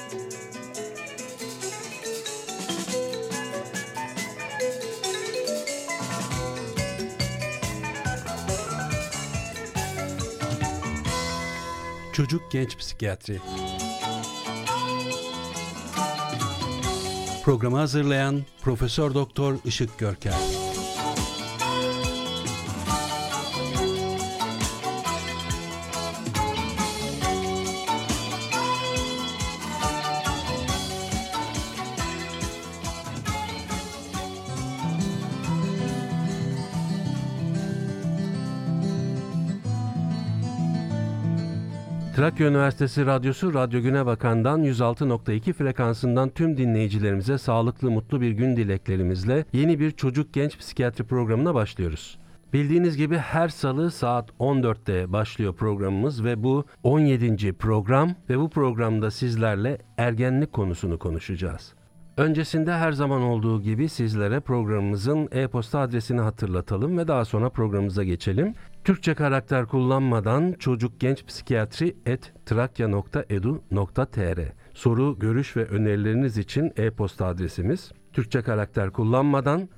Çocuk Genç Psikiyatri. Programı hazırlayan Profesör Doktor Işık Görker. Trakya Üniversitesi Radyosu Radyo Güne Bakan'dan 106.2 frekansından tüm dinleyicilerimize sağlıklı, mutlu bir gün dileklerimizle yeni bir Çocuk Genç Psikiyatri programına başlıyoruz. Bildiğiniz gibi her salı saat 14'te başlıyor programımız ve bu 17. program ve bu programda sizlerle ergenlik konusunu konuşacağız. Öncesinde her zaman olduğu gibi sizlere programımızın e-posta adresini hatırlatalım ve daha sonra programımıza geçelim. Türkçe karakter kullanmadan çocukgençpsikiyatri@trakya.edu.tr Soru, görüş ve önerileriniz için e-posta adresimiz. Türkçe karakter kullanmadan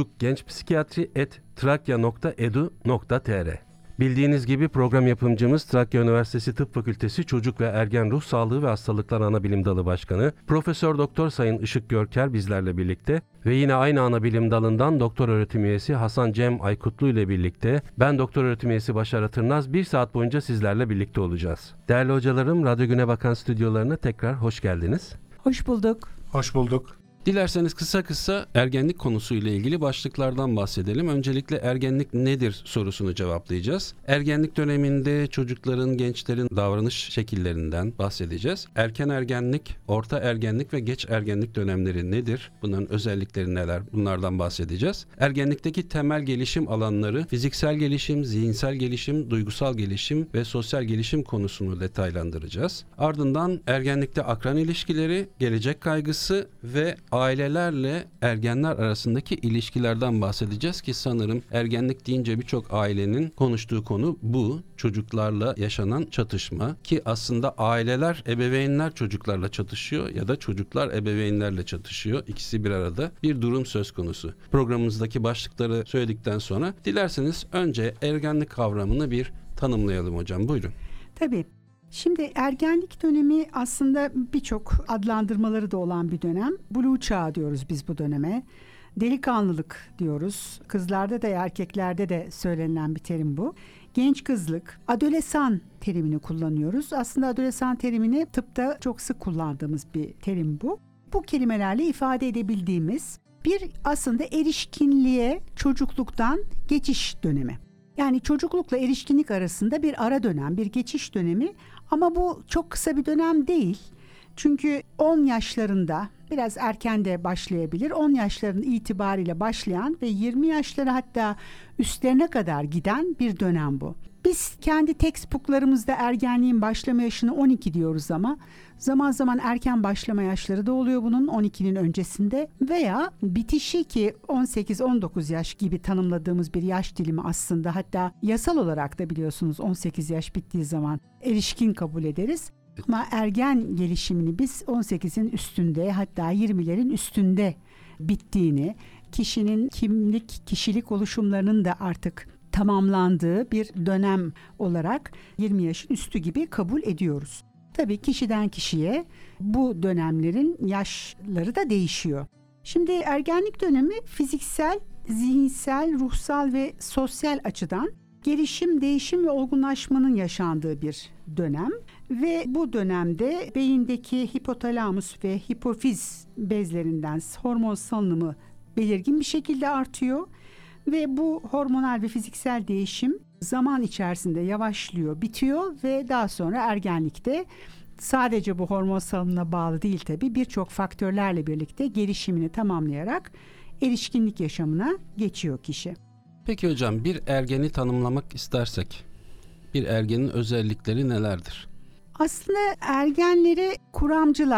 çocukgençpsikiyatri@trakya.edu.tr Bildiğiniz gibi program yapımcımız Trakya Üniversitesi Tıp Fakültesi Çocuk ve Ergen Ruh Sağlığı ve Hastalıklar Anabilim Dalı Başkanı Profesör Doktor Sayın Işık Görker bizlerle birlikte ve yine aynı anabilim dalından doktor öğretim üyesi Hasan Cem Aykutlu ile birlikte ben doktor öğretim üyesi Başar Atırnaz bir saat boyunca sizlerle birlikte olacağız. Değerli hocalarım, Radyo Güne Bakan stüdyolarına tekrar hoş geldiniz. Hoş bulduk. Hoş bulduk. Dilerseniz kısa ergenlik konusuyla ilgili başlıklardan bahsedelim. Öncelikle ergenlik nedir sorusunu cevaplayacağız. Ergenlik döneminde çocukların, gençlerin davranış şekillerinden bahsedeceğiz. Erken ergenlik, orta ergenlik ve geç ergenlik dönemleri nedir? Bunların özellikleri neler? Bunlardan bahsedeceğiz. Ergenlikteki temel gelişim alanları fiziksel gelişim, zihinsel gelişim, duygusal gelişim ve sosyal gelişim konusunu detaylandıracağız. Ardından ergenlikte akran ilişkileri, gelecek kaygısı ve ailelerle ergenler arasındaki ilişkilerden bahsedeceğiz ki sanırım ergenlik deyince birçok ailenin konuştuğu konu bu. Çocuklarla yaşanan çatışma ki aslında aileler, ebeveynler çocuklarla çatışıyor ya da çocuklar ebeveynlerle çatışıyor. İkisi bir arada bir durum söz konusu. Programımızdaki başlıkları söyledikten sonra dilerseniz önce ergenlik kavramını bir tanımlayalım hocam. Buyurun. Tabii. Şimdi ergenlik dönemi aslında birçok adlandırmaları da olan bir dönem. Blue çağı diyoruz biz bu döneme. Delikanlılık diyoruz. Kızlarda da erkeklerde de söylenilen bir terim bu. Genç kızlık, adolesan terimini kullanıyoruz. Aslında adolesan terimini tıpta çok sık kullandığımız bir terim bu. Bu kelimelerle ifade edebildiğimiz bir aslında erişkinliğe çocukluktan geçiş dönemi. Yani çocuklukla erişkinlik arasında bir ara dönem, bir geçiş dönemi ama bu çok kısa bir dönem değil. Çünkü 10 yaşlarında biraz erken de başlayabilir. 10 yaşlarının itibariyle başlayan ve 20 yaşları hatta üstlerine kadar giden bir dönem bu. Biz kendi textbooklarımızda ergenliğin başlama yaşını 12 diyoruz ama zaman zaman erken başlama yaşları da oluyor bunun 12'nin öncesinde veya bitişi ki 18-19 yaş gibi tanımladığımız bir yaş dilimi aslında hatta yasal olarak da biliyorsunuz 18 yaş bittiği zaman erişkin kabul ederiz. Ama ergen gelişimini biz 18'in üstünde hatta 20'lerin üstünde bittiğini, kişinin kimlik, kişilik oluşumlarının da artık tamamlandığı bir dönem olarak 20 yaşın üstü gibi kabul ediyoruz. Tabii kişiden kişiye bu dönemlerin yaşları da değişiyor. Şimdi ergenlik dönemi fiziksel, zihinsel, ruhsal ve sosyal açıdan gelişim, değişim ve olgunlaşmanın yaşandığı bir dönem ve bu dönemde beyindeki hipotalamus ve hipofiz bezlerinden hormon salınımı belirgin bir şekilde artıyor ve bu hormonal ve fiziksel değişim zaman içerisinde yavaşlıyor, bitiyor ve daha sonra ergenlikte sadece bu hormon salınımına bağlı değil tabii birçok faktörlerle birlikte gelişimini tamamlayarak erişkinlik yaşamına geçiyor kişi. Peki hocam, bir ergeni tanımlamak istersek bir ergenin özellikleri nelerdir? Aslında ergenleri kuramcılar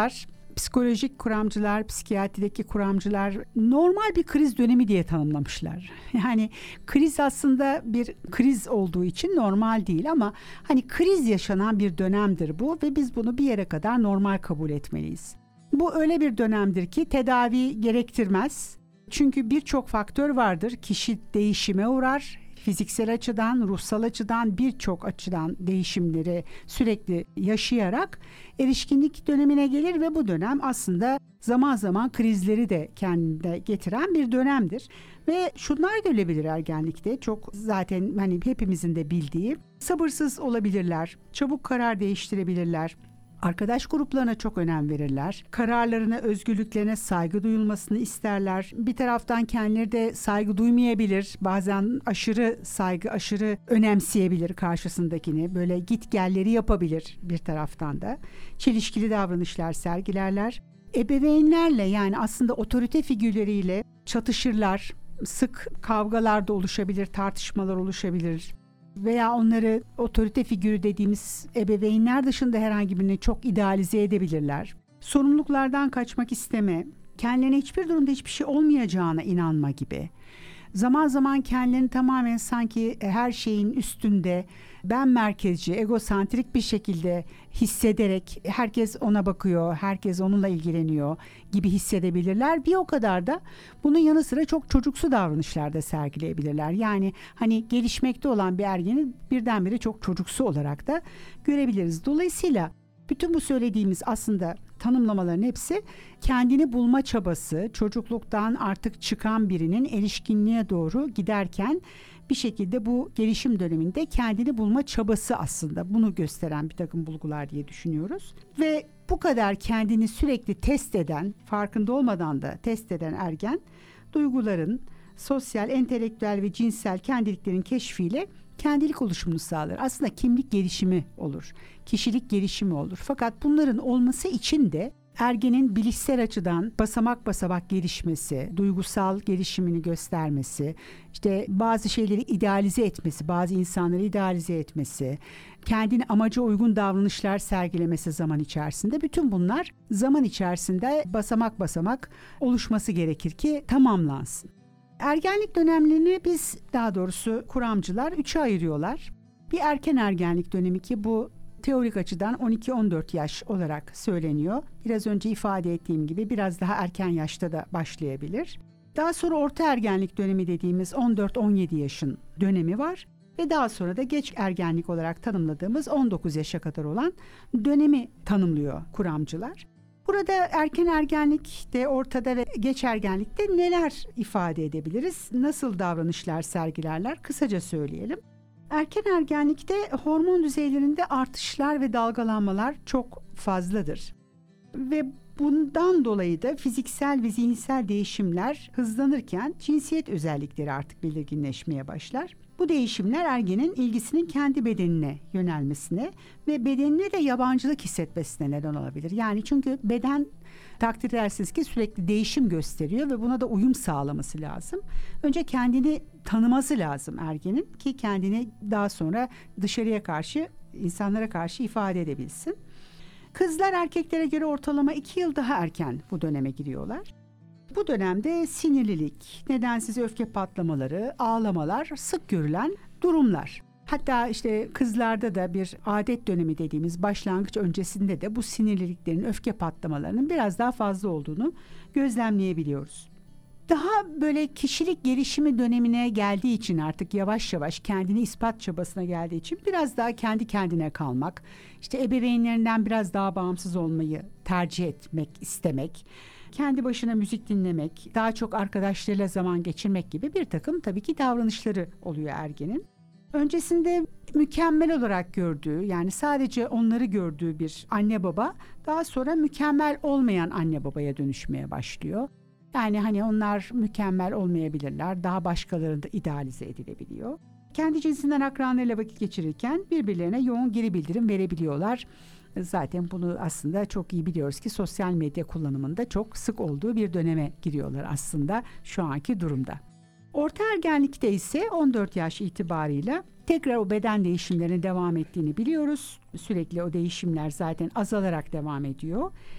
psikolojik kuramcılar, psikiyatrideki kuramcılar normal bir kriz dönemi diye tanımlamışlar. Yani kriz aslında bir kriz olduğu için normal değil ama hani kriz yaşanan bir dönemdir bu ve biz bunu bir yere kadar normal kabul etmeliyiz. Bu öyle bir dönemdir ki tedavi gerektirmez. Çünkü birçok faktör vardır. Kişi değişime uğrar. Fiziksel açıdan, ruhsal açıdan birçok açıdan değişimleri sürekli yaşayarak erişkinlik dönemine gelir ve bu dönem aslında zaman zaman krizleri de kendine getiren bir dönemdir. Ve şunlar görülebilir ergenlikte, çok zaten hani hepimizin de bildiği, sabırsız olabilirler, çabuk karar değiştirebilirler. Arkadaş gruplarına çok önem verirler. Kararlarına, özgürlüklerine saygı duyulmasını isterler. Bir taraftan kendileri de saygı duymayabilir. Bazen aşırı saygı, aşırı önemseyebilir karşısındakini. Böyle gitgelleri yapabilir bir taraftan da. Çelişkili davranışlar sergilerler. Ebeveynlerle, yani aslında otorite figürleriyle çatışırlar. Sık kavgalar da oluşabilir, tartışmalar oluşabilir. Veya onları otorite figürü dediğimiz ebeveynler dışında herhangi birini çok idealize edebilirler. Sorumluluklardan kaçmak isteme, kendilerine hiçbir durumda hiçbir şey olmayacağına inanma gibi. Zaman zaman kendilerini tamamen sanki her şeyin üstünde, ben merkezci, egosantrik bir şekilde hissederek herkes ona bakıyor, herkes onunla ilgileniyor gibi hissedebilirler. Bir o kadar da bunun yanı sıra çok çocuksu davranışlar da sergileyebilirler. Yani hani gelişmekte olan bir ergeni birdenbire çok çocuksu olarak da görebiliriz. Dolayısıyla bütün bu söylediğimiz aslında tanımlamaların hepsi kendini bulma çabası, çocukluktan artık çıkan birinin erişkinliğe doğru giderken bir şekilde bu gelişim döneminde kendini bulma çabası aslında bunu gösteren bir takım bulgular diye düşünüyoruz. Ve bu kadar kendini sürekli test eden, farkında olmadan da test eden ergen, duyguların, sosyal, entelektüel ve cinsel kendiliklerin keşfiyle kendilik oluşumunu sağlar. Aslında kimlik gelişimi olur, kişilik gelişimi olur. Fakat bunların olması için de ergenin bilişsel açıdan basamak basamak gelişmesi, duygusal gelişimini göstermesi, işte bazı şeyleri idealize etmesi, bazı insanları idealize etmesi, kendine amaca uygun davranışlar sergilemesi zaman içerisinde, bütün bunlar zaman içerisinde basamak basamak oluşması gerekir ki tamamlansın. Ergenlik dönemlerini biz, daha doğrusu kuramcılar 3'e ayırıyorlar. Bir erken ergenlik dönemi ki bu teorik açıdan 12-14 yaş olarak söyleniyor. Biraz önce ifade ettiğim gibi biraz daha erken yaşta da başlayabilir. Daha sonra orta ergenlik dönemi dediğimiz 14-17 yaşın dönemi var. Ve daha sonra da geç ergenlik olarak tanımladığımız 19 yaşa kadar olan dönemi tanımlıyor kuramcılar. Burada erken ergenlikte, ortada ve geç ergenlikte neler ifade edebiliriz? Nasıl davranışlar sergilerler? Kısaca söyleyelim. Erken ergenlikte hormon düzeylerinde artışlar ve dalgalanmalar çok fazladır. Ve bundan dolayı da fiziksel ve zihinsel değişimler hızlanırken cinsiyet özellikleri artık belirginleşmeye başlar. Bu değişimler ergenin ilgisinin kendi bedenine yönelmesine ve bedenine de yabancılık hissetmesine neden olabilir. Yani çünkü beden, takdir edersiniz ki, sürekli değişim gösteriyor ve buna da uyum sağlaması lazım. Önce kendini tanıması lazım ergenin ki kendini daha sonra dışarıya karşı, insanlara karşı ifade edebilsin. Kızlar erkeklere göre ortalama 2 yıl daha erken bu döneme giriyorlar. Bu dönemde sinirlilik, nedensiz öfke patlamaları, ağlamalar sık görülen durumlar. Hatta işte kızlarda da bir adet dönemi dediğimiz başlangıç öncesinde de bu sinirliliklerin, öfke patlamalarının biraz daha fazla olduğunu gözlemleyebiliyoruz. Daha böyle kişilik gelişimi dönemine geldiği için, artık yavaş yavaş kendini ispat çabasına geldiği için biraz daha kendi kendine kalmak, işte ebeveynlerinden biraz daha bağımsız olmayı tercih etmek, istemek, kendi başına müzik dinlemek, daha çok arkadaşlarıyla zaman geçirmek gibi bir takım tabii ki davranışları oluyor ergenin. Öncesinde mükemmel olarak gördüğü, yani sadece onları gördüğü bir anne baba daha sonra mükemmel olmayan anne babaya dönüşmeye başlıyor. Yani hani onlar mükemmel olmayabilirler, daha başkalarında idealize edilebiliyor. Kendi cinsinden akranlarıyla vakit geçirirken birbirlerine yoğun geri bildirim verebiliyorlar. Zaten bunu aslında çok iyi biliyoruz ki sosyal medya kullanımında çok sık olduğu bir döneme giriyorlar aslında şu anki durumda. Orta ergenlikte ise 14 yaş itibarıyla tekrar o beden değişimlerine devam ettiğini biliyoruz. Sürekli o değişimler zaten azalarak devam ediyor.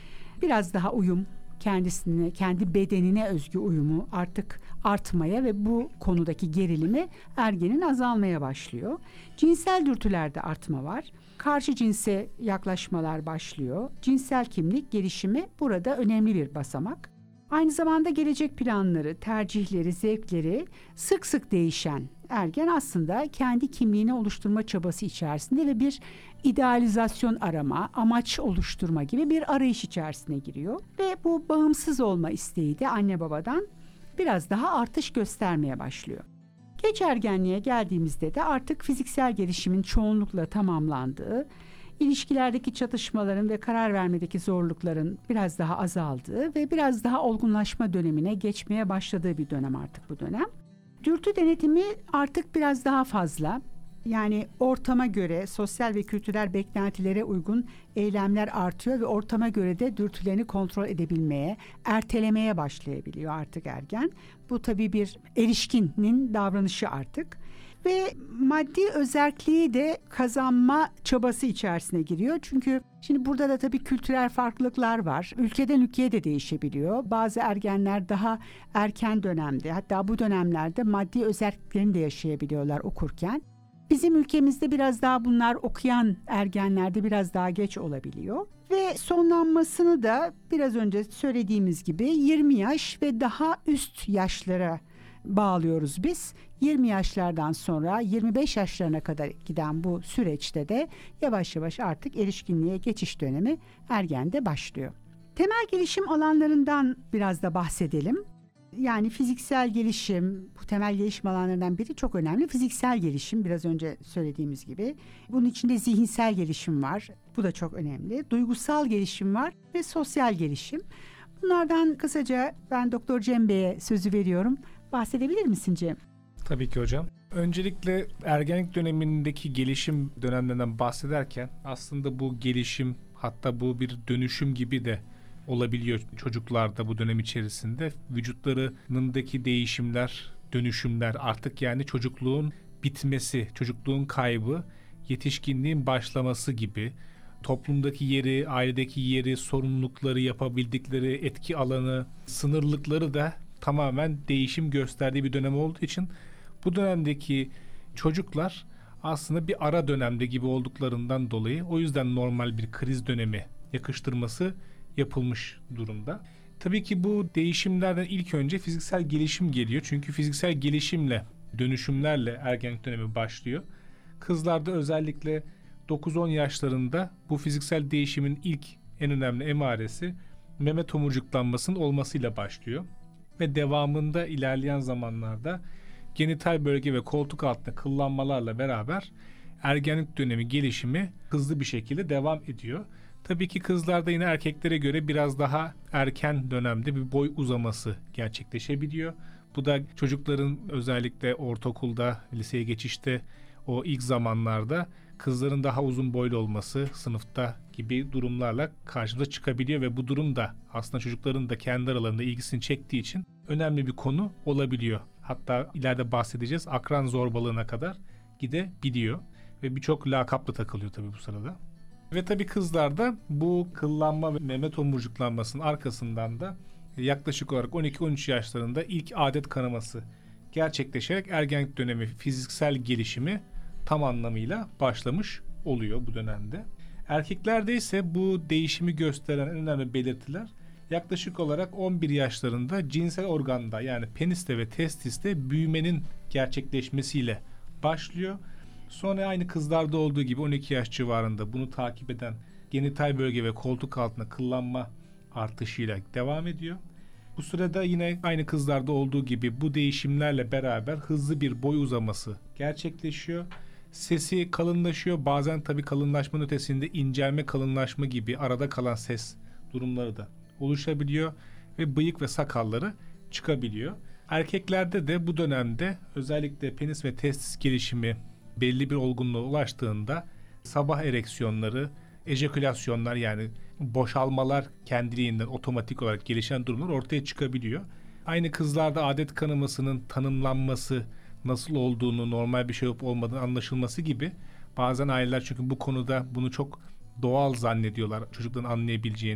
biraz daha uyum, kendisine, kendi bedenine özgü uyumu artık artmaya ve bu konudaki gerilimi ergenin azalmaya başlıyor. Cinsel dürtülerde artma var. Karşı cinse yaklaşmalar başlıyor. Cinsel kimlik gelişimi burada önemli bir basamak. Aynı zamanda gelecek planları, tercihleri, zevkleri sık sık değişen ergen aslında kendi kimliğini oluşturma çabası içerisinde ve bir idealizasyon arama, amaç oluşturma gibi bir arayış içerisine giriyor. Ve bu bağımsız olma isteği de anne babadan biraz daha artış göstermeye başlıyor. Geç ergenliğe geldiğimizde de artık fiziksel gelişimin çoğunlukla tamamlandığı, İlişkilerdeki çatışmaların ve karar vermedeki zorlukların biraz daha azaldığı ve biraz daha olgunlaşma dönemine geçmeye başladığı bir dönem artık bu dönem. Dürtü denetimi artık biraz daha fazla. Yani ortama göre, sosyal ve kültürel beklentilere uygun eylemler artıyor ve ortama göre de dürtülerini kontrol edebilmeye, ertelemeye başlayabiliyor artık ergen. Bu tabii bir erişkinin davranışı artık. Ve maddi özerkliği de kazanma çabası içerisine giriyor. Çünkü şimdi burada da tabii kültürel farklılıklar var. Ülkeden ülkeye de değişebiliyor. Bazı ergenler daha erken dönemde, hatta bu dönemlerde maddi özerkliklerini de yaşayabiliyorlar okurken. Bizim ülkemizde biraz daha bunlar okuyan ergenlerde biraz daha geç olabiliyor. Ve sonlanmasını da biraz önce söylediğimiz gibi 20 yaş ve daha üst yaşlara bağlıyoruz biz. 20 yaşlardan sonra 25 yaşlarına kadar giden bu süreçte de yavaş yavaş artık erişkinliğe geçiş dönemi ergende başlıyor. Temel gelişim alanlarından biraz da bahsedelim. Yani fiziksel gelişim, bu temel gelişim alanlarından biri çok önemli. Fiziksel gelişim, biraz önce söylediğimiz gibi. Bunun içinde zihinsel gelişim var. Bu da çok önemli. Duygusal gelişim var ve sosyal gelişim. Bunlardan kısaca ben Doktor Cem Bey'e sözü veriyorum. Bahsedebilir misin Cem? Tabii ki hocam. Öncelikle ergenlik dönemindeki gelişim dönemlerinden bahsederken aslında bu gelişim, hatta bu bir dönüşüm gibi de olabiliyor çocuklarda bu dönem içerisinde. Vücutlarındaki değişimler, dönüşümler, artık yani çocukluğun bitmesi, çocukluğun kaybı, yetişkinliğin başlaması gibi, toplumdaki yeri, ailedeki yeri, sorumlulukları, yapabildikleri etki alanı, sınırlıkları da tamamen değişim gösterdiği bir dönem olduğu için bu dönemdeki çocuklar aslında bir ara dönemde gibi olduklarından dolayı o yüzden normal bir kriz dönemi yakıştırması yapılmış durumda. Tabii ki bu değişimlerden ilk önce fiziksel gelişim geliyor. Çünkü fiziksel gelişimle, dönüşümlerle ergenlik dönemi başlıyor. Kızlarda özellikle 9-10 yaşlarında bu fiziksel değişimin ilk en önemli emaresi meme tomurcuklanmasının olmasıyla başlıyor. Ve devamında ilerleyen zamanlarda genital bölge ve koltuk altında kıllanmalarla beraber ergenlik dönemi gelişimi hızlı bir şekilde devam ediyor. Tabii ki kızlarda yine erkeklere göre biraz daha erken dönemde bir boy uzaması gerçekleşebiliyor. Bu da çocukların özellikle ortaokulda, liseye geçişte o ilk zamanlarda kızların daha uzun boylu olması sınıfta gibi durumlarla karşımıza çıkabiliyor ve bu durum da aslında çocukların da kendi aralarında ilgisini çektiği için önemli bir konu olabiliyor. Hatta ileride bahsedeceğiz, akran zorbalığına kadar gidebiliyor ve birçok lakapla takılıyor tabii bu sırada. Ve tabii kızlarda bu kıllanma ve meme tomurcuklanmasının arkasından da yaklaşık olarak 12-13 yaşlarında ilk adet kanaması gerçekleşerek ergenlik dönemi fiziksel gelişimi tam anlamıyla başlamış oluyor bu dönemde. Erkeklerde ise bu değişimi gösteren en önemli belirtiler yaklaşık olarak 11 yaşlarında cinsel organda yani peniste ve testiste büyümenin gerçekleşmesiyle başlıyor. Sonra aynı kızlarda olduğu gibi 12 yaş civarında bunu takip eden genital bölge ve koltuk altına kıllanma artışıyla devam ediyor. Bu sırada yine aynı kızlarda olduğu gibi bu değişimlerle beraber hızlı bir boy uzaması gerçekleşiyor. Sesi kalınlaşıyor. Bazen tabii kalınlaşmanın ötesinde incelme, kalınlaşma gibi arada kalan ses durumları da oluşabiliyor ve bıyık ve sakalları çıkabiliyor. Erkeklerde de bu dönemde özellikle penis ve testis gelişimi belli bir olgunluğa ulaştığında sabah ereksiyonları, ejekülasyonlar yani boşalmalar kendiliğinden otomatik olarak gelişen durumlar ortaya çıkabiliyor. Aynı kızlarda adet kanamasının tanımlanması, nasıl olduğunu, normal bir şey olup olmadığını anlaşılması gibi bazen aileler çünkü bu konuda bunu çok doğal zannediyorlar çocukların anlayabileceğini.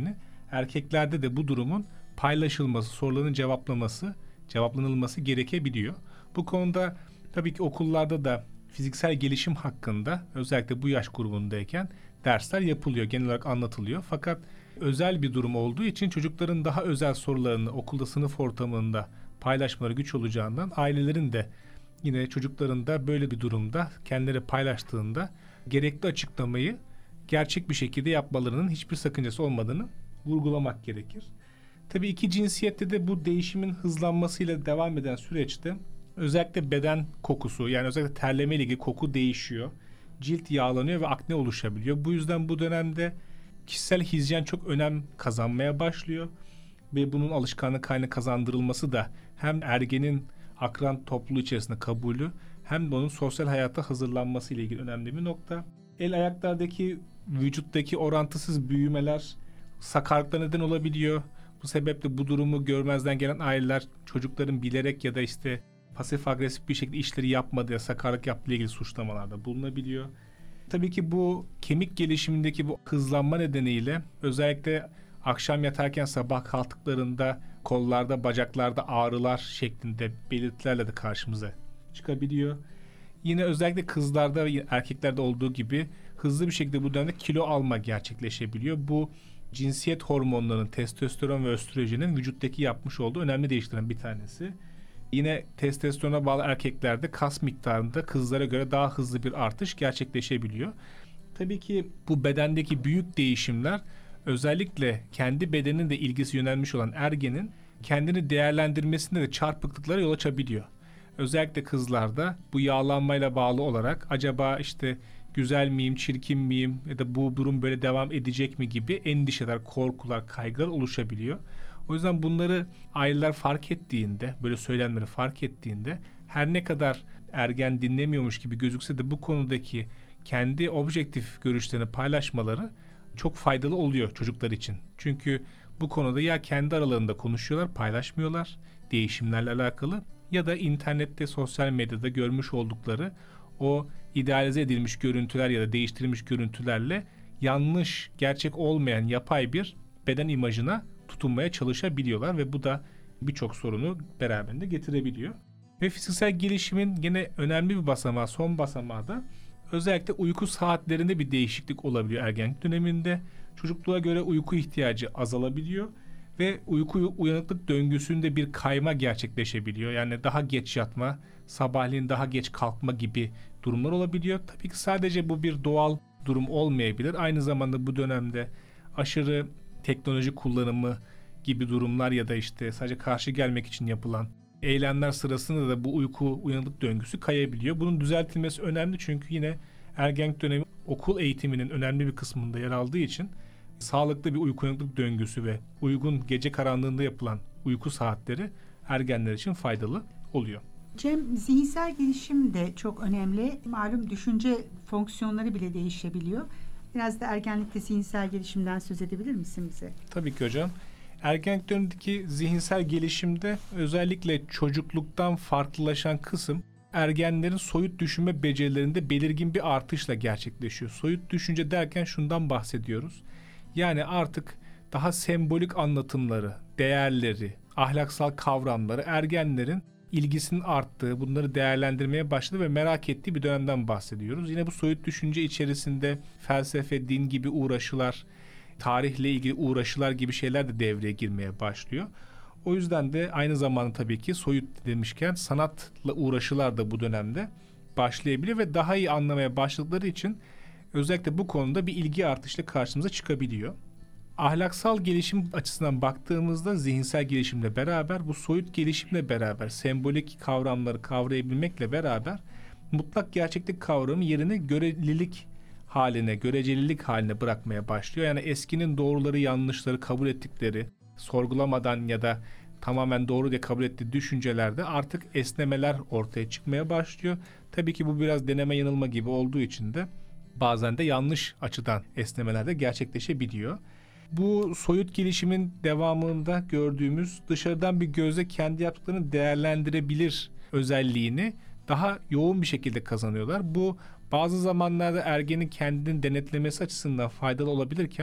erkeklerde de bu durumun paylaşılması, soruların cevaplanılması gerekebiliyor. Bu konuda tabii ki okullarda da fiziksel gelişim hakkında özellikle bu yaş grubundayken dersler yapılıyor, genel olarak anlatılıyor. Fakat özel bir durum olduğu için çocukların daha özel sorularını okulda, sınıf ortamında paylaşmaları güç olacağından ailelerin de yine çocukların da böyle bir durumda kendileri paylaştığında gerekli açıklamayı gerçek bir şekilde yapmalarının hiçbir sakıncası olmadığını vurgulamak gerekir. Tabii iki cinsiyette de bu değişimin hızlanmasıyla devam eden süreçte özellikle beden kokusu, yani özellikle terleme ile ilgili koku değişiyor. Cilt yağlanıyor ve akne oluşabiliyor. Bu yüzden bu dönemde kişisel hijyen çok önem kazanmaya başlıyor. Ve bunun alışkanlık haline kazandırılması da hem ergenin akran topluluğu içerisinde kabulü hem de onun sosyal hayata hazırlanması ile ilgili önemli bir nokta. El ayaklardaki vücuttaki orantısız büyümeler sakarlıkla neden olabiliyor. Bu sebeple bu durumu görmezden gelen aileler çocukların bilerek ya da işte pasif agresif bir şekilde işleri yapmadığı ya sakarlık yaptığı ile ilgili suçlamalarda bulunabiliyor. Tabii ki bu kemik gelişimindeki bu hızlanma nedeniyle özellikle akşam yatarken sabah kalktıklarında kollarda, bacaklarda ağrılar şeklinde belirtilerle de karşımıza çıkabiliyor. Yine özellikle kızlarda ve erkeklerde olduğu gibi hızlı bir şekilde bu dönemde kilo alma gerçekleşebiliyor. Bu cinsiyet hormonlarının, testosteron ve östrojenin vücuttaki yapmış olduğu önemli değiştiren bir tanesi. Yine testosterona bağlı erkeklerde kas miktarında kızlara göre daha hızlı bir artış gerçekleşebiliyor. Tabii ki bu bedendeki büyük değişimler özellikle kendi bedeninin de ilgisi yönelmiş olan ergenin kendini değerlendirmesinde de çarpıklıklara yol açabiliyor. Özellikle kızlarda bu yağlanmayla bağlı olarak acaba işte güzel miyim, çirkin miyim ya da bu durum böyle devam edecek mi gibi endişeler, korkular, kaygılar oluşabiliyor. O yüzden bunları aileler fark ettiğinde, böyle söylemleri fark ettiğinde her ne kadar ergen dinlemiyormuş gibi gözükse de bu konudaki kendi objektif görüşlerini paylaşmaları çok faydalı oluyor çocuklar için. Çünkü bu konuda ya kendi aralarında konuşuyorlar, paylaşmıyorlar değişimlerle alakalı ya da internette, sosyal medyada görmüş oldukları o idealize edilmiş görüntüler ya da değiştirilmiş görüntülerle yanlış, gerçek olmayan yapay bir beden imajına tutunmaya çalışabiliyorlar ve bu da birçok sorunu beraberinde getirebiliyor. Ve fiziksel gelişimin yine önemli bir basamağı, son basamağı da özellikle uyku saatlerinde bir değişiklik olabiliyor ergenlik döneminde. Çocukluğa göre uyku ihtiyacı azalabiliyor ve uyku uyanıklık döngüsünde bir kayma gerçekleşebiliyor. Yani daha geç yatma, sabahleyin daha geç kalkma gibi durumlar olabiliyor. Tabii ki sadece bu bir doğal durum olmayabilir. Aynı zamanda bu dönemde aşırı teknoloji kullanımı gibi durumlar ya da işte sadece karşı gelmek için yapılan eylemler sırasında da bu uyku uyanıklık döngüsü kayabiliyor. Bunun düzeltilmesi önemli çünkü yine ergenlik dönemi okul eğitiminin önemli bir kısmında yer aldığı için sağlıklı bir uyku uyanıklık döngüsü ve uygun gece karanlığında yapılan uyku saatleri ergenler için faydalı oluyor. Cem, zihinsel gelişim de çok önemli. Malum düşünce fonksiyonları bile değişebiliyor. Biraz da ergenlikte zihinsel gelişimden söz edebilir misin bize? Tabii ki hocam. Ergenlik dönemindeki zihinsel gelişimde özellikle çocukluktan farklılaşan kısım ergenlerin soyut düşünme becerilerinde belirgin bir artışla gerçekleşiyor. Soyut düşünce derken şundan bahsediyoruz. Yani artık daha sembolik anlatımları, değerleri, ahlaksal kavramları ergenlerin ilgisinin arttığı, bunları değerlendirmeye başladı ve merak ettiği bir dönemden bahsediyoruz. Yine bu soyut düşünce içerisinde felsefe, din gibi uğraşılar, tarihle ilgili uğraşılar gibi şeyler de devreye girmeye başlıyor. O yüzden de aynı zamanda tabii ki soyut demişken sanatla uğraşılar da bu dönemde başlayabiliyor ve daha iyi anlamaya başladıkları için özellikle bu konuda bir ilgi artışla karşımıza çıkabiliyor. Ahlaksal gelişim açısından baktığımızda zihinsel gelişimle beraber bu soyut gelişimle beraber sembolik kavramları kavrayabilmekle beraber mutlak gerçeklik kavramı yerini görecelilik haline bırakmaya başlıyor. Yani eskinin doğruları yanlışları kabul ettikleri, sorgulamadan ya da tamamen doğru diye kabul ettiği düşüncelerde artık esnemeler ortaya çıkmaya başlıyor. Tabii ki bu biraz deneme yanılma gibi olduğu için de bazen de yanlış açıdan esnemeler de gerçekleşebiliyor. Bu soyut gelişimin devamında gördüğümüz dışarıdan bir gözle kendi yaptıklarını değerlendirebilir özelliğini daha yoğun bir şekilde kazanıyorlar. Bu bazı zamanlarda ergenin kendini denetlemesi açısından faydalı olabilirken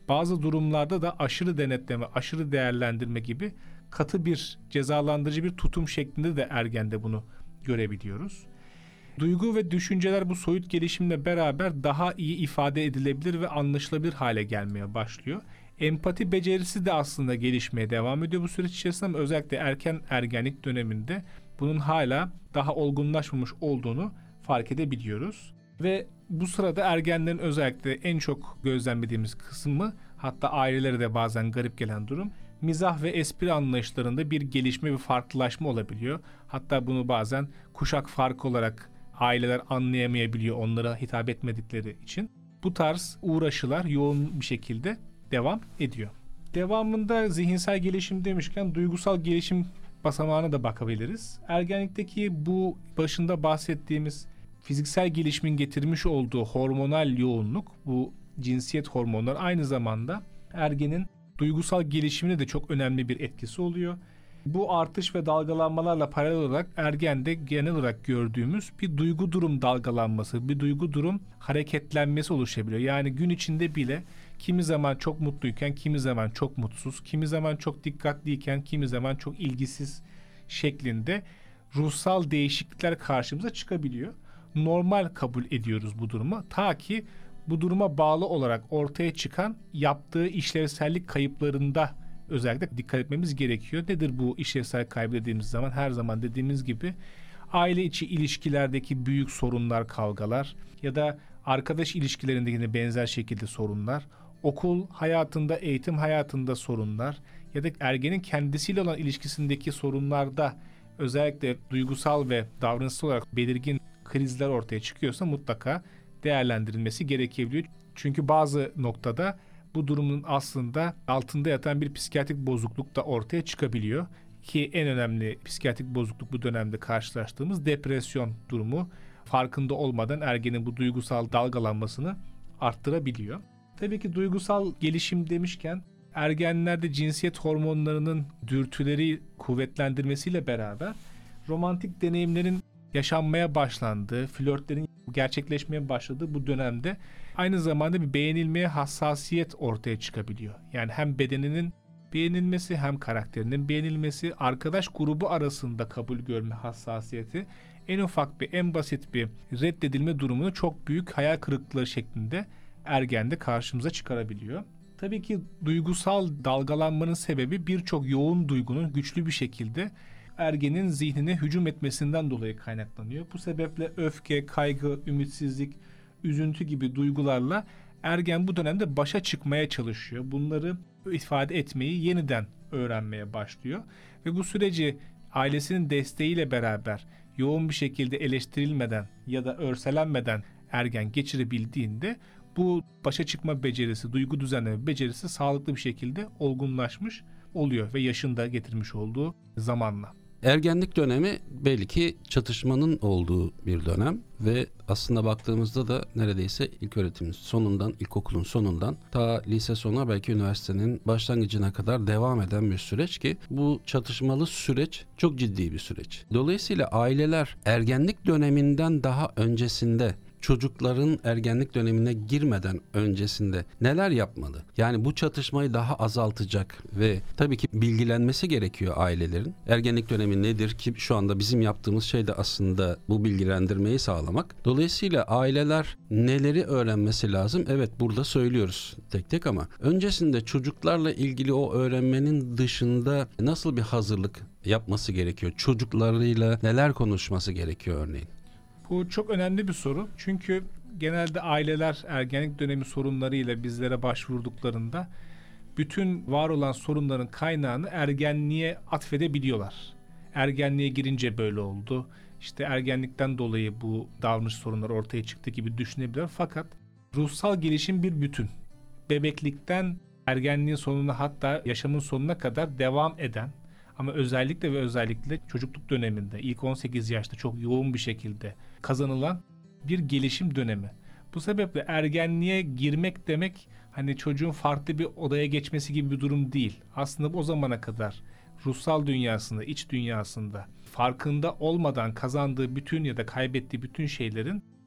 Bazı durumlarda da aşırı denetleme, aşırı değerlendirme gibi katı bir cezalandırıcı bir tutum şeklinde de ergende bunu görebiliyoruz. Duygu ve düşünceler bu soyut gelişimle beraber daha iyi ifade edilebilir ve anlaşılabilir hale gelmeye başlıyor. Empati becerisi de aslında gelişmeye devam ediyor bu süreç içerisinde ama özellikle erken ergenlik döneminde bunun hala daha olgunlaşmamış olduğunu fark edebiliyoruz. Ve bu sırada ergenlerin özellikle en çok gözlemlediğimiz kısmı, hatta ailelere de bazen garip gelen durum, mizah ve espri anlayışlarında bir gelişme ve farklılaşma olabiliyor. Hatta bunu bazen kuşak farkı olarak aileler anlayamayabiliyor onlara hitap etmedikleri için. Bu tarz uğraşılar yoğun bir şekilde devam ediyor. Devamında zihinsel gelişim demişken duygusal gelişim basamağına da bakabiliriz. Ergenlikteki bu başında bahsettiğimiz fiziksel gelişimin getirmiş olduğu hormonal yoğunluk, bu cinsiyet hormonları aynı zamanda ergenin duygusal gelişimine de çok önemli bir etkisi oluyor. Bu artış ve dalgalanmalarla paralel olarak ergende genel olarak gördüğümüz bir duygu durum dalgalanması, bir duygu durum hareketlenmesi oluşabiliyor. Yani gün içinde bile kimi zaman çok mutluyken, kimi zaman çok mutsuz, kimi zaman çok dikkatliyken, kimi zaman çok ilgisiz şeklinde ruhsal değişiklikler karşımıza çıkabiliyor. Normal kabul ediyoruz bu durumu. Ta ki bu duruma bağlı olarak ortaya çıkan yaptığı işlevsellik kayıplarında özellikle dikkat etmemiz gerekiyor. Nedir bu işlevsel kaybı dediğimiz zaman? Her zaman dediğimiz gibi aile içi ilişkilerdeki büyük sorunlar, kavgalar ya da arkadaş ilişkilerinde yine benzer şekilde sorunlar, okul hayatında, eğitim hayatında sorunlar ya da ergenin kendisiyle olan ilişkisindeki sorunlarda özellikle duygusal ve davranışsal olarak belirgin krizler ortaya çıkıyorsa mutlaka değerlendirilmesi gerekebiliyor. Çünkü bazı noktada bu durumun aslında altında yatan bir psikiyatrik bozukluk da ortaya çıkabiliyor. Ki en önemli psikiyatrik bozukluk bu dönemde karşılaştığımız depresyon durumu farkında olmadan ergenin bu duygusal dalgalanmasını arttırabiliyor. Tabii ki duygusal gelişim demişken ergenlerde cinsiyet hormonlarının dürtüleri kuvvetlendirmesiyle beraber romantik deneyimlerin yaşanmaya başlandığı, flörtlerin gerçekleşmeye başladığı bu dönemde aynı zamanda bir beğenilmeye hassasiyet ortaya çıkabiliyor. Yani hem bedeninin beğenilmesi hem karakterinin beğenilmesi, arkadaş grubu arasında kabul görme hassasiyeti en ufak bir, en basit bir reddedilme durumunu çok büyük hayal kırıklığı şeklinde ergende karşımıza çıkarabiliyor. Tabii ki duygusal dalgalanmanın sebebi birçok yoğun duygunun güçlü bir şekilde ergenin zihnine hücum etmesinden dolayı kaynaklanıyor. Bu sebeple öfke, kaygı, ümitsizlik, üzüntü gibi duygularla ergen bu dönemde başa çıkmaya çalışıyor. Bunları ifade etmeyi yeniden öğrenmeye başlıyor. Ve bu süreci ailesinin desteğiyle beraber yoğun bir şekilde eleştirilmeden ya da örselenmeden ergen geçirebildiğinde bu başa çıkma becerisi, duygu düzenleme becerisi sağlıklı bir şekilde olgunlaşmış oluyor ve yaşında getirmiş olduğu zamanla. Ergenlik dönemi belli ki çatışmanın olduğu bir dönem ve aslında baktığımızda da neredeyse ilköğretimin sonundan, ilkokulun sonundan ta lise sonuna belki üniversitenin başlangıcına kadar devam eden bir süreç ki bu çatışmalı süreç çok ciddi bir süreç. Dolayısıyla aileler ergenlik döneminden daha öncesinde çocukların ergenlik dönemine girmeden öncesinde neler yapmalı? Yani bu çatışmayı daha azaltacak ve tabii ki bilgilenmesi gerekiyor ailelerin. Ergenlik dönemi nedir ki şu anda bizim yaptığımız şey de aslında bu bilgilendirmeyi sağlamak. Dolayısıyla aileler neleri öğrenmesi lazım? Evet, burada söylüyoruz tek tek ama öncesinde çocuklarla ilgili o öğrenmenin dışında nasıl bir hazırlık yapması gerekiyor? Çocuklarıyla neler konuşması gerekiyor örneğin? Bu çok önemli bir soru. Çünkü genelde aileler ergenlik dönemi sorunlarıyla bizlere başvurduklarında bütün var olan sorunların kaynağını ergenliğe atfedebiliyorlar. Ergenliğe girince böyle oldu. İşte ergenlikten dolayı bu davranış sorunları ortaya çıktı gibi düşünebilirler. Fakat ruhsal gelişim bir bütün. Bebeklikten ergenliğin sonuna, hatta yaşamın sonuna kadar devam eden ama özellikle çocukluk döneminde ilk 18 yaşta çok yoğun bir şekilde kazanılan bir gelişim dönemi. Bu sebeple ergenliğe girmek demek hani çocuğun farklı bir odaya geçmesi gibi bir durum değil. Aslında o zamana kadar ruhsal dünyasında, iç dünyasında farkında olmadan kazandığı bütün ya da kaybettiği bütün şeylerin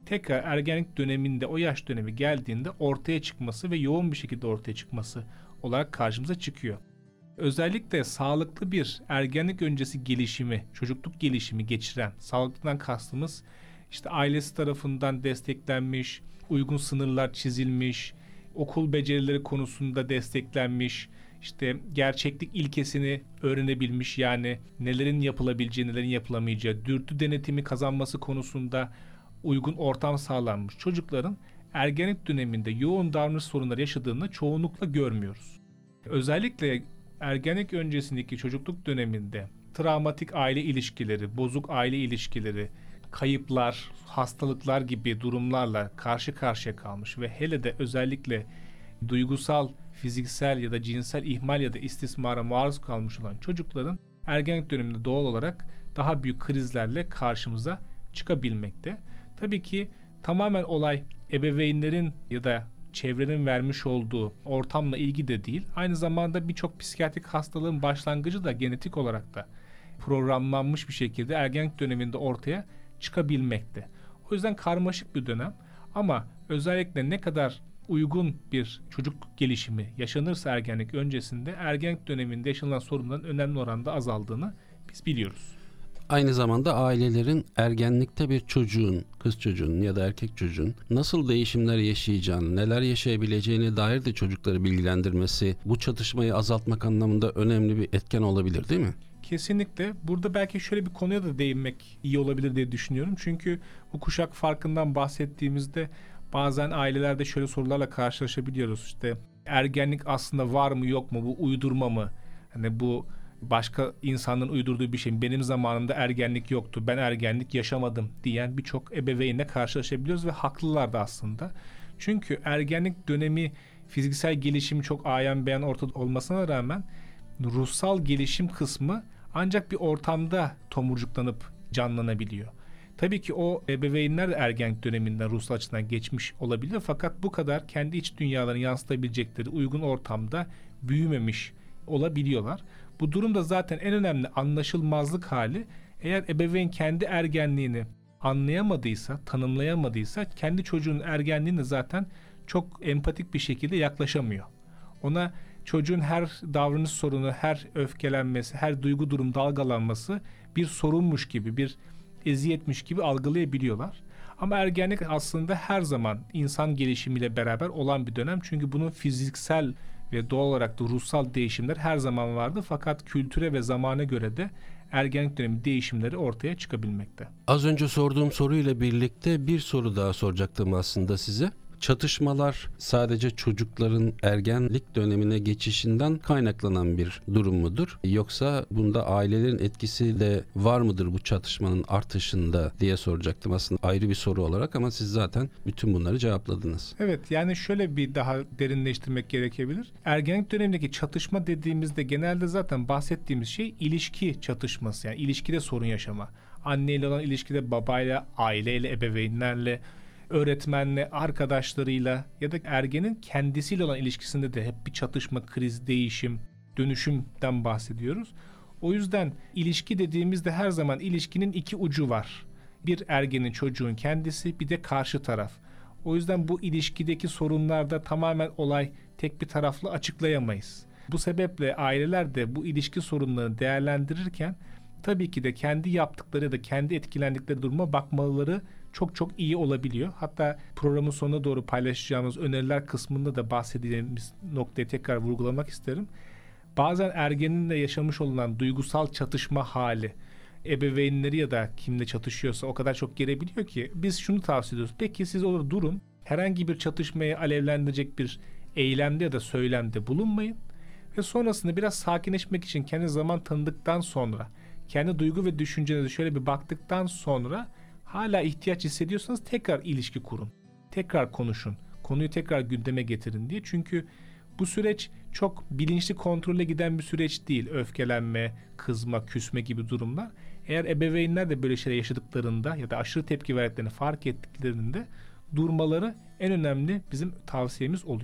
tekrar ergenlik döneminde, o yaş dönemi geldiğinde ortaya çıkması ve yoğun bir şekilde ortaya çıkması olarak karşımıza çıkıyor. Özellikle sağlıklı bir ergenlik öncesi gelişimi, çocukluk gelişimi geçiren, sağlıklıdan kastımız işte ailesi tarafından desteklenmiş, uygun sınırlar çizilmiş, okul becerileri konusunda desteklenmiş, işte gerçeklik ilkesini öğrenebilmiş, yani nelerin yapılabileceği, nelerin yapılamayacağı, dürtü denetimi kazanması konusunda uygun ortam sağlanmış çocukların ergenlik döneminde yoğun davranış sorunları yaşadığını çoğunlukla görmüyoruz. Özellikle ergenlik öncesindeki çocukluk döneminde travmatik aile ilişkileri, bozuk aile ilişkileri, kayıplar, hastalıklar gibi durumlarla karşı karşıya kalmış ve hele de özellikle duygusal, fiziksel ya da cinsel ihmal ya da istismara maruz kalmış olan çocukların ergenlik döneminde doğal olarak daha büyük krizlerle karşımıza çıkabilmekte. Tabii ki tamamen olay ebeveynlerin ya da çevrenin vermiş olduğu ortamla ilgili de değil. Aynı zamanda birçok psikiyatrik hastalığın başlangıcı da genetik olarak da programlanmış bir şekilde ergenlik döneminde ortaya çıkabilmekte. O yüzden karmaşık bir dönem ama özellikle ne kadar uygun bir çocuk gelişimi yaşanırsa ergenlik öncesinde, ergenlik döneminde yaşanılan sorunların önemli oranda azaldığını biz biliyoruz. Aynı zamanda ailelerin ergenlikte bir çocuğun, kız çocuğunun ya da erkek çocuğun nasıl değişimler yaşayacağını, neler yaşayabileceğine dair de çocukları bilgilendirmesi bu çatışmayı azaltmak anlamında önemli bir etken olabilir, değil mi? Kesinlikle. Burada belki şöyle bir konuya da değinmek iyi olabilir diye düşünüyorum. Çünkü bu kuşak farkından bahsettiğimizde bazen ailelerde şöyle sorularla karşılaşabiliyoruz. İşte ergenlik aslında var mı yok mu, bu uydurma mı? Hani bu başka insanların uydurduğu bir şey. Benim zamanımda ergenlik yoktu, ben ergenlik yaşamadım diyen birçok ebeveynle karşılaşabiliyoruz ve haklılar da aslında. Çünkü ergenlik dönemi fiziksel gelişimi çok ayan beyan ortada olmasına rağmen ruhsal gelişim kısmı ancak bir ortamda tomurcuklanıp canlanabiliyor. Tabii ki o ebeveynler de ergenlik döneminden ruhsal açıdan geçmiş olabilir fakat bu kadar kendi iç dünyalarını yansıtabilecekleri uygun ortamda büyümemiş olabiliyorlar. Bu durumda zaten en önemli anlaşılmazlık hali, eğer ebeveyn kendi ergenliğini anlayamadıysa, tanımlayamadıysa kendi çocuğun ergenliğine zaten çok empatik bir şekilde yaklaşamıyor. Ona çocuğun her davranış sorunu, her öfkelenmesi, her duygu durum dalgalanması bir sorunmuş gibi, bir eziyetmiş gibi algılayabiliyorlar. Ama ergenlik aslında her zaman insan gelişimiyle beraber olan bir dönem. Çünkü bunun fiziksel ve doğal olarak da ruhsal değişimler her zaman vardı. Fakat kültüre ve zamana göre de ergenlik dönemi değişimleri ortaya çıkabilmekte. Az önce sorduğum soruyla birlikte bir soru daha soracaktım aslında size. Çatışmalar sadece çocukların ergenlik dönemine geçişinden kaynaklanan bir durum mudur? Yoksa bunda ailelerin etkisi de var mıdır bu çatışmanın artışında diye soracaktım aslında ayrı bir soru olarak ama siz zaten bütün bunları cevapladınız. Evet, yani şöyle bir daha derinleştirmek gerekebilir. Ergenlik dönemindeki çatışma dediğimizde genelde zaten bahsettiğimiz şey ilişki çatışması, yani ilişkide sorun yaşama. Anneyle olan ilişkide, babayla, aileyle, ebeveynlerle, öğretmenle, arkadaşlarıyla ya da ergenin kendisiyle olan ilişkisinde de hep bir çatışma, kriz, değişim, dönüşümden bahsediyoruz. O yüzden ilişki dediğimizde her zaman ilişkinin iki ucu var. Bir ergenin, çocuğun kendisi, bir de karşı taraf. O yüzden bu ilişkideki sorunlarda tamamen olay tek bir taraflı açıklayamayız. Bu sebeple aileler de bu ilişki sorunlarını değerlendirirken tabii ki de kendi yaptıkları ya da kendi etkilendikleri duruma bakmaları çok çok iyi olabiliyor. Hatta programın sonuna doğru paylaşacağımız öneriler kısmında da bahsedeceğimiz noktayı tekrar vurgulamak isterim. Bazen ergeninle yaşamış olunan duygusal çatışma hali ebeveynleri ya da kimle çatışıyorsa o kadar çok gelebiliyor ki biz şunu tavsiye ediyoruz. Peki siz orada durun. Herhangi bir çatışmayı alevlendirecek bir eylemde ya da söylemde bulunmayın. Ve sonrasında biraz sakinleşmek için kendi zaman tanıdıktan sonra, kendi duygu ve düşüncelerinize şöyle bir baktıktan sonra hala ihtiyaç hissediyorsanız tekrar ilişki kurun. Tekrar konuşun. Konuyu tekrar gündeme getirin diye. Çünkü bu süreç çok bilinçli kontrolle giden bir süreç değil. Öfkelenme, kızma, küsme gibi durumlar. Eğer ebeveynler de böyle şeyler yaşadıklarında ya da aşırı tepki verdiklerini fark ettiklerinde durmaları en önemli bizim tavsiyemiz oluyor.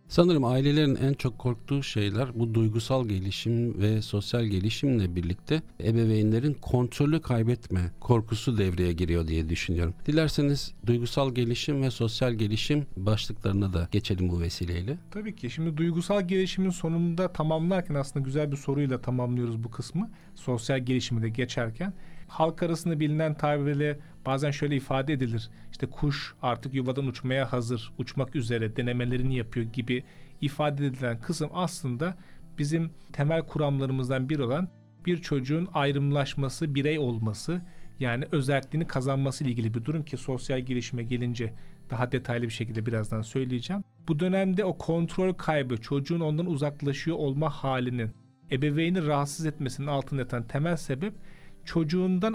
Sanırım ailelerin en çok korktuğu şeyler bu duygusal gelişim ve sosyal gelişimle birlikte ebeveynlerin kontrolü kaybetme korkusu devreye giriyor diye düşünüyorum. Dilerseniz duygusal gelişim ve sosyal gelişim başlıklarına da geçelim bu vesileyle. Tabii ki. Şimdi duygusal gelişimin sonunda tamamlarken aslında güzel bir soruyla tamamlıyoruz bu kısmı. Sosyal gelişimi de geçerken. Halk arasında bilinen tabirle bazen şöyle ifade edilir. İşte kuş artık yuvadan uçmaya hazır, uçmak üzere denemelerini yapıyor gibi ifade edilen kısım aslında bizim temel kuramlarımızdan biri olan bir çocuğun ayrımlaşması, birey olması, yani özelliğini kazanması ile ilgili bir durum ki sosyal gelişime gelince daha detaylı bir şekilde birazdan söyleyeceğim. Bu dönemde o kontrol kaybı, çocuğun ondan uzaklaşıyor olma halinin ebeveyni rahatsız etmesinin altında yatan temel sebep çocuğundan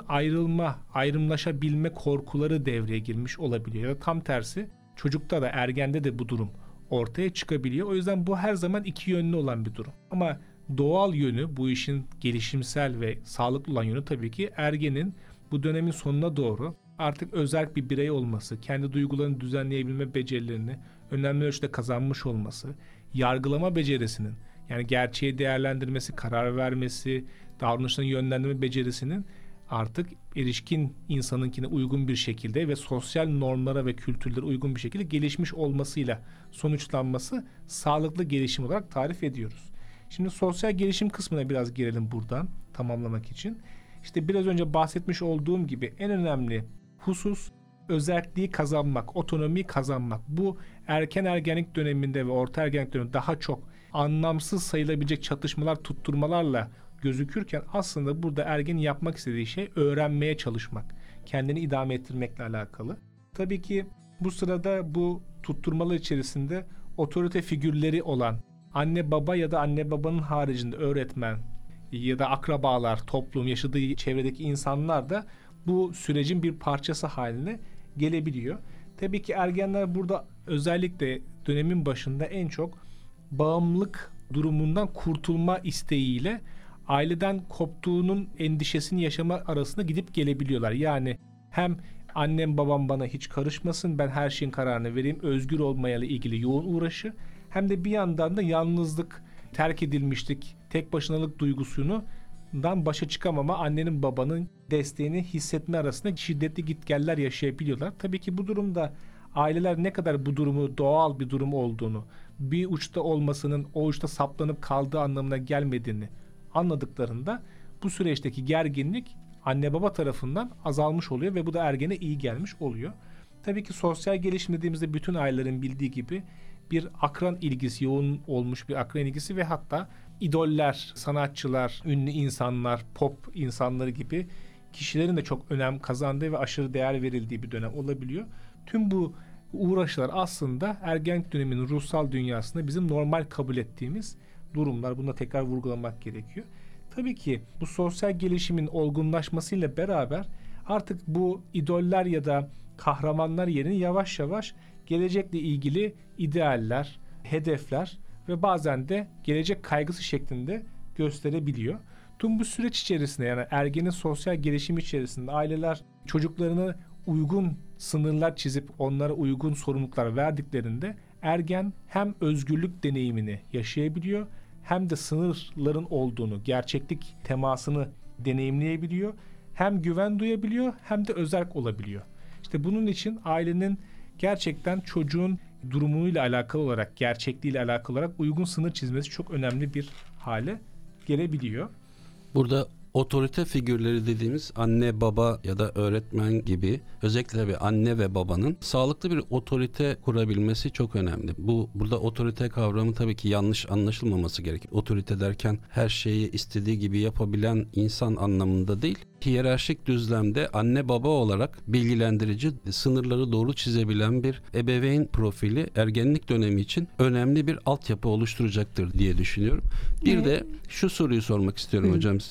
ayrımlaşabilme korkuları devreye girmiş olabiliyor. Ya da tam tersi çocukta da ergende de bu durum ortaya çıkabiliyor. O yüzden bu her zaman iki yönlü olan bir durum. Ama doğal yönü, bu işin gelişimsel ve sağlıklı olan yönü tabii ki ergenin bu dönemin sonuna doğru artık özerk bir birey olması, kendi duygularını düzenleyebilme becerilerini önemli ölçüde kazanmış olması, yargılama becerisinin, yani gerçeği değerlendirmesi, karar vermesi, davranışlarını yönlendirme becerisinin artık erişkin insanınkine uygun bir şekilde ve sosyal normlara ve kültürlere uygun bir şekilde gelişmiş olmasıyla sonuçlanması sağlıklı gelişim olarak tarif ediyoruz. Şimdi sosyal gelişim kısmına biraz girelim buradan tamamlamak için. İşte biraz önce bahsetmiş olduğum gibi en önemli husus özelliği kazanmak, otonomiyi kazanmak. Bu erken ergenlik döneminde ve orta ergenlik döneminde daha çok anlamsız sayılabilecek çatışmalar, tutturmalarla gözükürken aslında burada ergenin yapmak istediği şey öğrenmeye çalışmak, kendini idame ettirmekle alakalı. Tabii ki bu sırada bu tutturmalar içerisinde otorite figürleri olan anne baba ya da anne babanın haricinde öğretmen ya da akrabalar, toplum, yaşadığı çevredeki insanlar da bu sürecin bir parçası haline gelebiliyor. Tabii ki ergenler burada özellikle dönemin başında en çok bağımlılık durumundan kurtulma isteğiyle aileden koptuğunun endişesini yaşama arasında gidip gelebiliyorlar. Yani hem annem babam bana hiç karışmasın, ben her şeyin kararını vereyim, özgür olmayla ilgili yoğun uğraşı, hem de bir yandan da yalnızlık, terk edilmişlik, tek başınalık duygusundan başa çıkamama, annenin babanın desteğini hissetme arasında şiddetli gitgeller yaşayabiliyorlar. Tabii ki bu durumda aileler ne kadar bu durumu doğal bir durum olduğunu, bir uçta olmasının o uçta saplanıp kaldığı anlamına gelmediğini anladıklarında bu süreçteki gerginlik anne baba tarafından azalmış oluyor ve bu da ergene iyi gelmiş oluyor. Tabii ki sosyal gelişim dediğimizde bütün ailelerin bildiği gibi bir akran ilgisi, yoğun olmuş bir akran ilgisi ve hatta idoller, sanatçılar, ünlü insanlar, pop insanları gibi kişilerin de çok önem kazandığı ve aşırı değer verildiği bir dönem olabiliyor. Tüm bu uğraşlar aslında ergenlik döneminin ruhsal dünyasında bizim normal kabul ettiğimiz durumlar. Bunu da tekrar vurgulamak gerekiyor. Tabii ki bu sosyal gelişimin olgunlaşmasıyla beraber artık bu idoller ya da kahramanlar yerini yavaş yavaş gelecekle ilgili idealler, hedefler ve bazen de gelecek kaygısı şeklinde gösterebiliyor. Tüm bu süreç içerisinde, yani ergenin sosyal gelişimi içerisinde aileler çocuklarına uygun sınırlar çizip onlara uygun sorumluluklar verdiklerinde ergen hem özgürlük deneyimini yaşayabiliyor hem de sınırların olduğunu, gerçeklik temasını deneyimleyebiliyor. Hem güven duyabiliyor hem de özerk olabiliyor. İşte bunun için ailenin gerçekten çocuğun durumuyla alakalı olarak, gerçekliğiyle alakalı olarak uygun sınır çizmesi çok önemli bir hale gelebiliyor. Burada otorite figürleri dediğimiz anne, baba ya da öğretmen gibi özellikle bir anne ve babanın sağlıklı bir otorite kurabilmesi çok önemli. Burada otorite kavramı tabii ki yanlış anlaşılmaması gerekir. Otorite derken her şeyi istediği gibi yapabilen insan anlamında değil. Hiyerarşik düzlemde anne baba olarak bilgilendirici, sınırları doğru çizebilen bir ebeveyn profili ergenlik dönemi için önemli bir altyapı oluşturacaktır diye düşünüyorum. Bir de şu soruyu sormak istiyorum hocam size.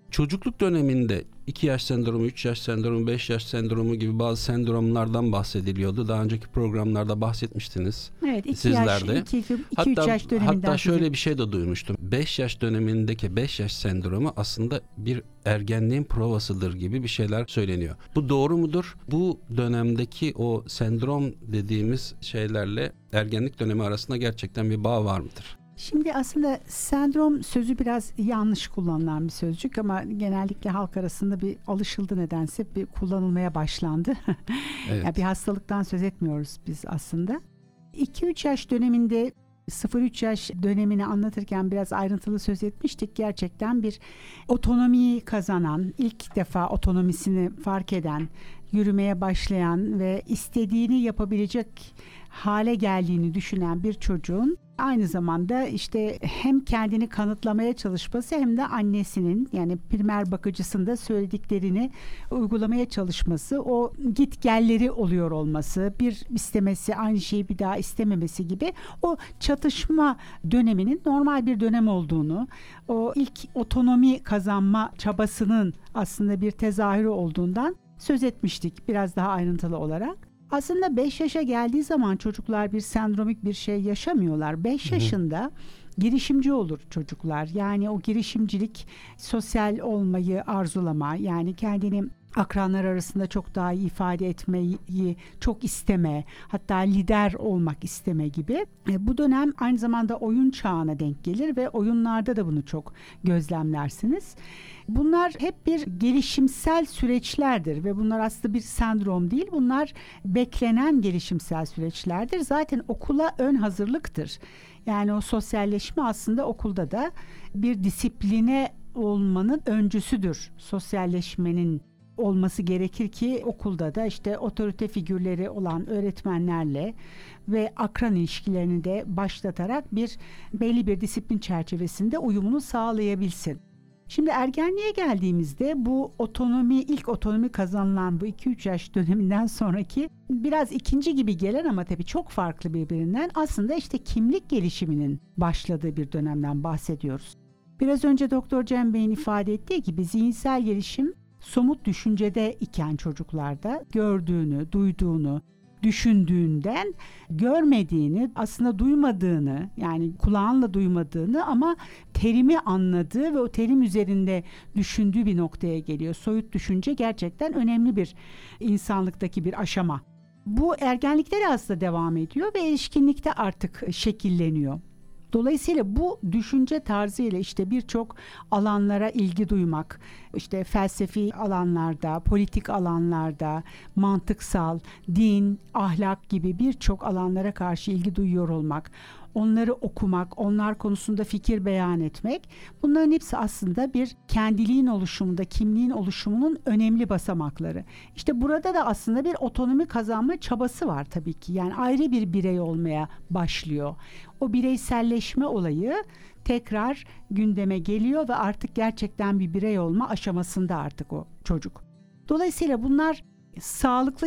Çocukluk döneminde 2 yaş sendromu, 3 yaş sendromu, 5 yaş sendromu gibi bazı sendromlardan bahsediliyordu. Daha önceki programlarda bahsetmiştiniz. Evet, 2 sizler de. 2-3 yaş döneminden. Hatta şöyle bir şey de duymuştum. 5 yaş dönemindeki 5 yaş sendromu aslında bir ergenliğin provasıdır gibi bir şeyler söyleniyor. Bu doğru mudur? Bu dönemdeki o sendrom dediğimiz şeylerle ergenlik dönemi arasında gerçekten bir bağ var mıdır? Şimdi aslında sendrom sözü biraz yanlış kullanılan bir sözcük ama genellikle halk arasında bir alışıldı, nedense bir kullanılmaya başlandı. Evet. Yani bir hastalıktan söz etmiyoruz biz aslında. 2-3 yaş döneminde 0-3 yaş dönemini anlatırken biraz ayrıntılı söz etmiştik. Gerçekten bir otonomiyi kazanan, ilk defa otonomisini fark eden, yürümeye başlayan ve istediğini yapabilecek hale geldiğini düşünen bir çocuğun aynı zamanda işte hem kendini kanıtlamaya çalışması hem de annesinin, yani primer bakıcısında söylediklerini uygulamaya çalışması, o gitgelleri oluyor olması, bir istemesi, aynı şeyi bir daha istememesi gibi o çatışma döneminin normal bir dönem olduğunu, o ilk otonomi kazanma çabasının aslında bir tezahürü olduğundan söz etmiştik biraz daha ayrıntılı olarak. Aslında 5 yaşa geldiği zaman çocuklar bir sendromik bir şey yaşamıyorlar. 5 yaşında girişimci olur çocuklar. Yani o girişimcilik, sosyal olmayı arzulama, yani kendini akranlar arasında çok daha iyi ifade etmeyi çok isteme, hatta lider olmak isteme gibi. Bu dönem aynı zamanda oyun çağına denk gelir ve oyunlarda da bunu çok gözlemlersiniz. Bunlar hep bir gelişimsel süreçlerdir ve bunlar aslında bir sendrom değil. Bunlar beklenen gelişimsel süreçlerdir. Zaten okula ön hazırlıktır. Yani o sosyalleşme aslında okulda da bir disipline olmanın öncüsüdür. Sosyalleşmenin olması gerekir ki okulda da işte otorite figürleri olan öğretmenlerle ve akran ilişkilerini de başlatarak bir belli bir disiplin çerçevesinde uyumunu sağlayabilsin. Şimdi ergenliğe geldiğimizde bu otonomi, ilk otonomi kazanılan bu 2-3 yaş döneminden sonraki biraz ikinci gibi gelen ama tabii çok farklı birbirinden, aslında işte kimlik gelişiminin başladığı bir dönemden bahsediyoruz. Biraz önce Doktor Cem Bey'in ifade ettiği gibi zihinsel gelişim somut düşüncede iken çocuklarda gördüğünü, duyduğunu, düşündüğünden görmediğini, aslında duymadığını, yani kulağınla duymadığını ama terimi anladığı ve o terim üzerinde düşündüğü bir noktaya geliyor. Soyut düşünce gerçekten önemli bir insanlıktaki bir aşama. Bu ergenlikte de aslında devam ediyor ve erişkinlikte artık şekilleniyor. Dolayısıyla bu düşünce tarzıyla işte birçok alanlara ilgi duymak, işte felsefi alanlarda, politik alanlarda, mantıksal, din, ahlak gibi birçok alanlara karşı ilgi duyuyor olmak, onları okumak, onlar konusunda fikir beyan etmek, bunların hepsi aslında bir kendiliğin oluşumunda, kimliğin oluşumunun önemli basamakları. İşte burada da aslında bir otonomi kazanma çabası var tabii ki. Yani ayrı bir birey olmaya başlıyor. O bireyselleşme olayı tekrar gündeme geliyor ve artık gerçekten bir birey olma aşamasında artık o çocuk. Dolayısıyla bunlar sağlıklı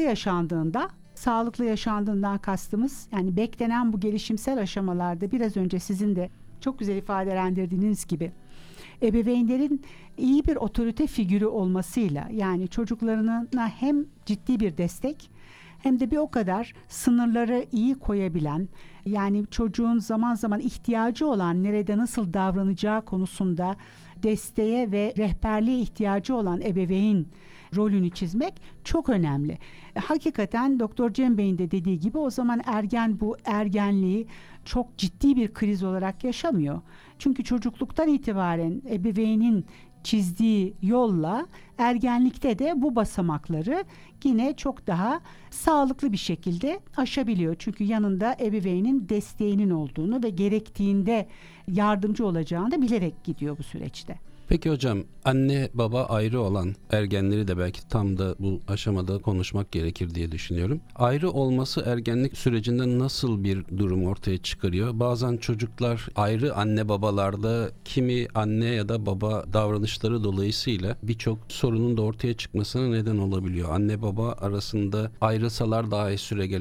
yaşandığından kastımız, yani beklenen bu gelişimsel aşamalarda biraz önce sizin de çok güzel ifadelendirdiğiniz gibi ebeveynlerin iyi bir otorite figürü olmasıyla, yani çocuklarına hem ciddi bir destek hem de bir o kadar sınırları iyi koyabilen, yani çocuğun zaman zaman ihtiyacı olan, nerede nasıl davranacağı konusunda desteğe ve rehberliğe ihtiyacı olan ebeveyn rolünü çizmek çok önemli. Hakikaten Doktor Cem Bey'in de dediği gibi o zaman ergen bu ergenliği çok ciddi bir kriz olarak yaşamıyor. Çünkü çocukluktan itibaren ebeveynin çizdiği yolla ergenlikte de bu basamakları yine çok daha sağlıklı bir şekilde aşabiliyor. Çünkü yanında ebeveynin desteğinin olduğunu ve gerektiğinde yardımcı olacağını da bilerek gidiyor bu süreçte. Peki hocam, anne baba ayrı olan ergenleri de belki tam da bu aşamada konuşmak gerekir diye düşünüyorum. Ayrı olması ergenlik sürecinde nasıl bir durum ortaya çıkarıyor? Bazen çocuklar ayrı anne babalarda kimi anne ya da baba davranışları dolayısıyla birçok sorunun da ortaya çıkmasına neden olabiliyor. Anne baba arasında ayrılsalar daha iyi süregelen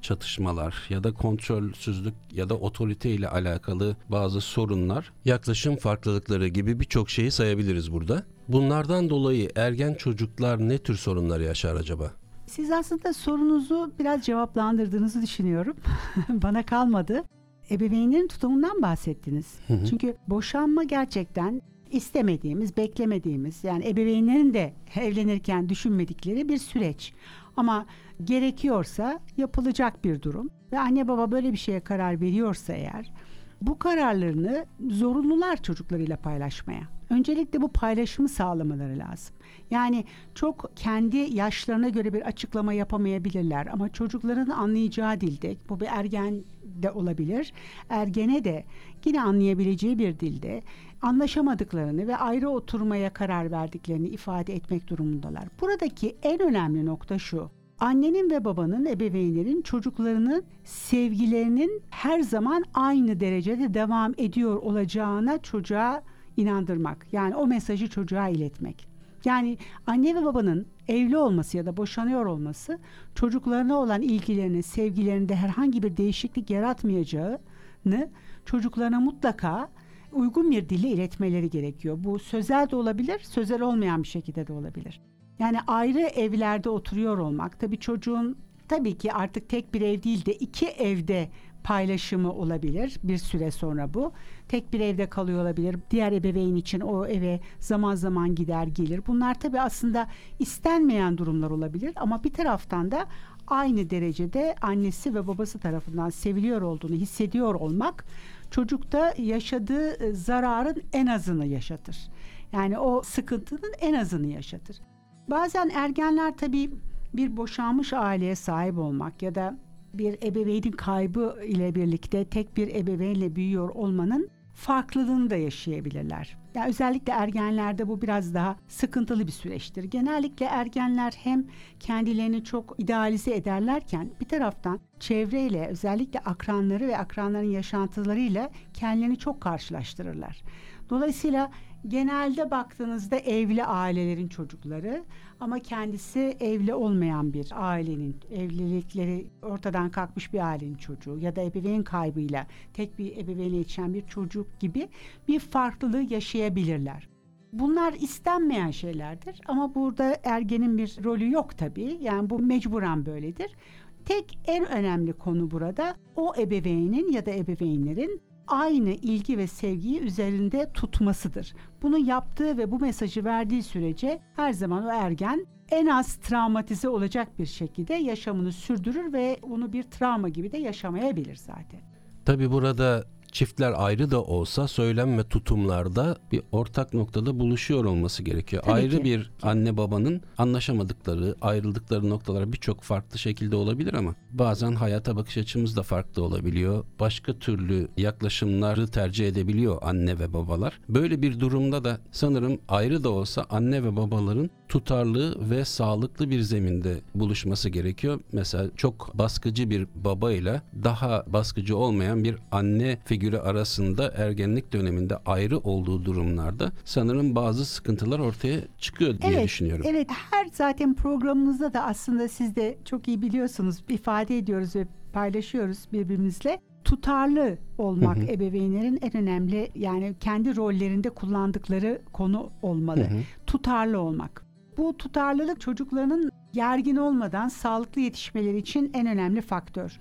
çatışmalar ya da kontrolsüzlük ya da otorite ile alakalı bazı sorunlar, yaklaşım farklılıkları gibi birçok şeyi sayabiliriz burada. Bunlardan dolayı ergen çocuklar ne tür sorunlar yaşar acaba? Siz aslında sorunuzu biraz cevaplandırdığınızı düşünüyorum. Bana kalmadı. Ebeveynlerin tutumundan bahsettiniz. Çünkü boşanma gerçekten istemediğimiz, beklemediğimiz, yani ebeveynlerin de evlenirken düşünmedikleri bir süreç. Ama gerekiyorsa yapılacak bir durum ve anne baba böyle bir şeye karar veriyorsa eğer, bu kararlarını zorunlular çocuklarıyla paylaşmaya. Öncelikle bu paylaşımı sağlamaları lazım. Yani çok kendi yaşlarına göre bir açıklama yapamayabilirler ama çocukların anlayacağı dilde, bu bir ergen de olabilir, ergene de yine anlayabileceği bir dilde anlaşamadıklarını ve ayrı oturmaya karar verdiklerini ifade etmek durumundalar. Buradaki en önemli nokta şu: annenin ve babanın, ebeveynlerin çocuklarının sevgilerinin her zaman aynı derecede devam ediyor olacağına çocuğa inandırmak. Yani o mesajı çocuğa iletmek. Yani anne ve babanın evli olması ya da boşanıyor olması çocuklarına olan ilgilerini, sevgilerinde herhangi bir değişiklik yaratmayacağını çocuklarına mutlaka uygun bir dille iletmeleri gerekiyor. Bu sözel de olabilir, sözel olmayan bir şekilde de olabilir. Yani ayrı evlerde oturuyor olmak, tabii çocuğun tabii ki artık tek bir ev değil de 2 evde paylaşımı olabilir bir süre sonra bu. Tek bir evde kalıyor olabilir. Diğer ebeveyn için o eve zaman zaman gider gelir. Bunlar tabii aslında istenmeyen durumlar olabilir ama bir taraftan da aynı derecede annesi ve babası tarafından seviliyor olduğunu hissediyor olmak çocukta yaşadığı zararın en azını yaşatır. Yani o sıkıntının en azını yaşatır. Bazen ergenler tabii bir boşanmış aileye sahip olmak ya da bir ebeveynin kaybı ile birlikte tek bir ebeveynle büyüyor olmanın farklılığını da yaşayabilirler. Yani özellikle ergenlerde bu biraz daha sıkıntılı bir süreçtir. Genellikle ergenler hem kendilerini çok idealize ederlerken bir taraftan çevreyle, özellikle akranları ve akranların yaşantılarıyla kendilerini çok karşılaştırırlar. Dolayısıyla genelde baktığınızda evli ailelerin çocukları ama kendisi evli olmayan bir ailenin, evlilikleri ortadan kalkmış bir ailenin çocuğu ya da ebeveyn kaybıyla tek bir ebeveynle yetişen bir çocuk gibi bir farklılığı yaşayabilirler. Bunlar istenmeyen şeylerdir ama burada ergenin bir rolü yok tabii. Yani bu mecburen böyledir. Tek en önemli konu burada o ebeveynin ya da ebeveynlerin aynı ilgi ve sevgiyi üzerinde tutmasıdır. Bunu yaptığı ve bu mesajı verdiği sürece her zaman o ergen en az travmatize olacak bir şekilde yaşamını sürdürür ve onu bir travma gibi de yaşamayabilir zaten. Tabii burada çiftler ayrı da olsa söylem ve tutumlarda bir ortak noktada buluşuyor olması gerekiyor. Tabii ayrı ki. bir anne babanın anlaşamadıkları, ayrıldıkları noktalar birçok farklı şekilde olabilir ama bazen hayata bakış açımız da farklı olabiliyor. Başka türlü yaklaşımları tercih edebiliyor anne ve babalar. Böyle bir durumda da sanırım ayrı da olsa anne ve babaların tutarlı ve sağlıklı bir zeminde buluşması gerekiyor. Mesela çok baskıcı bir babayla daha baskıcı olmayan bir anne figürü arasında ergenlik döneminde ayrı olduğu durumlarda sanırım bazı sıkıntılar ortaya çıkıyor diye düşünüyorum. Evet, her zaten programımızda da aslında siz de çok iyi biliyorsunuz, ifade ediyoruz ve paylaşıyoruz birbirimizle. Tutarlı olmak ebeveynlerin en önemli, yani kendi rollerinde kullandıkları konu olmalı. Tutarlı olmak. Bu tutarlılık çocuklarının gergin olmadan sağlıklı yetişmeleri için en önemli faktör.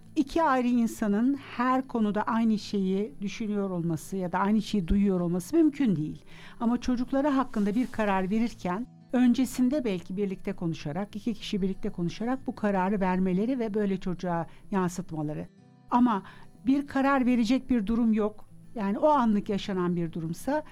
2 ayrı insanın her konuda aynı şeyi düşünüyor olması ya da aynı şeyi duyuyor olması mümkün değil. Ama çocukları hakkında bir karar verirken öncesinde belki birlikte konuşarak, 2 kişi birlikte konuşarak bu kararı vermeleri ve böyle çocuğa yansıtmaları. Ama bir karar verecek bir durum yok. Yani o anlık yaşanan bir durumsa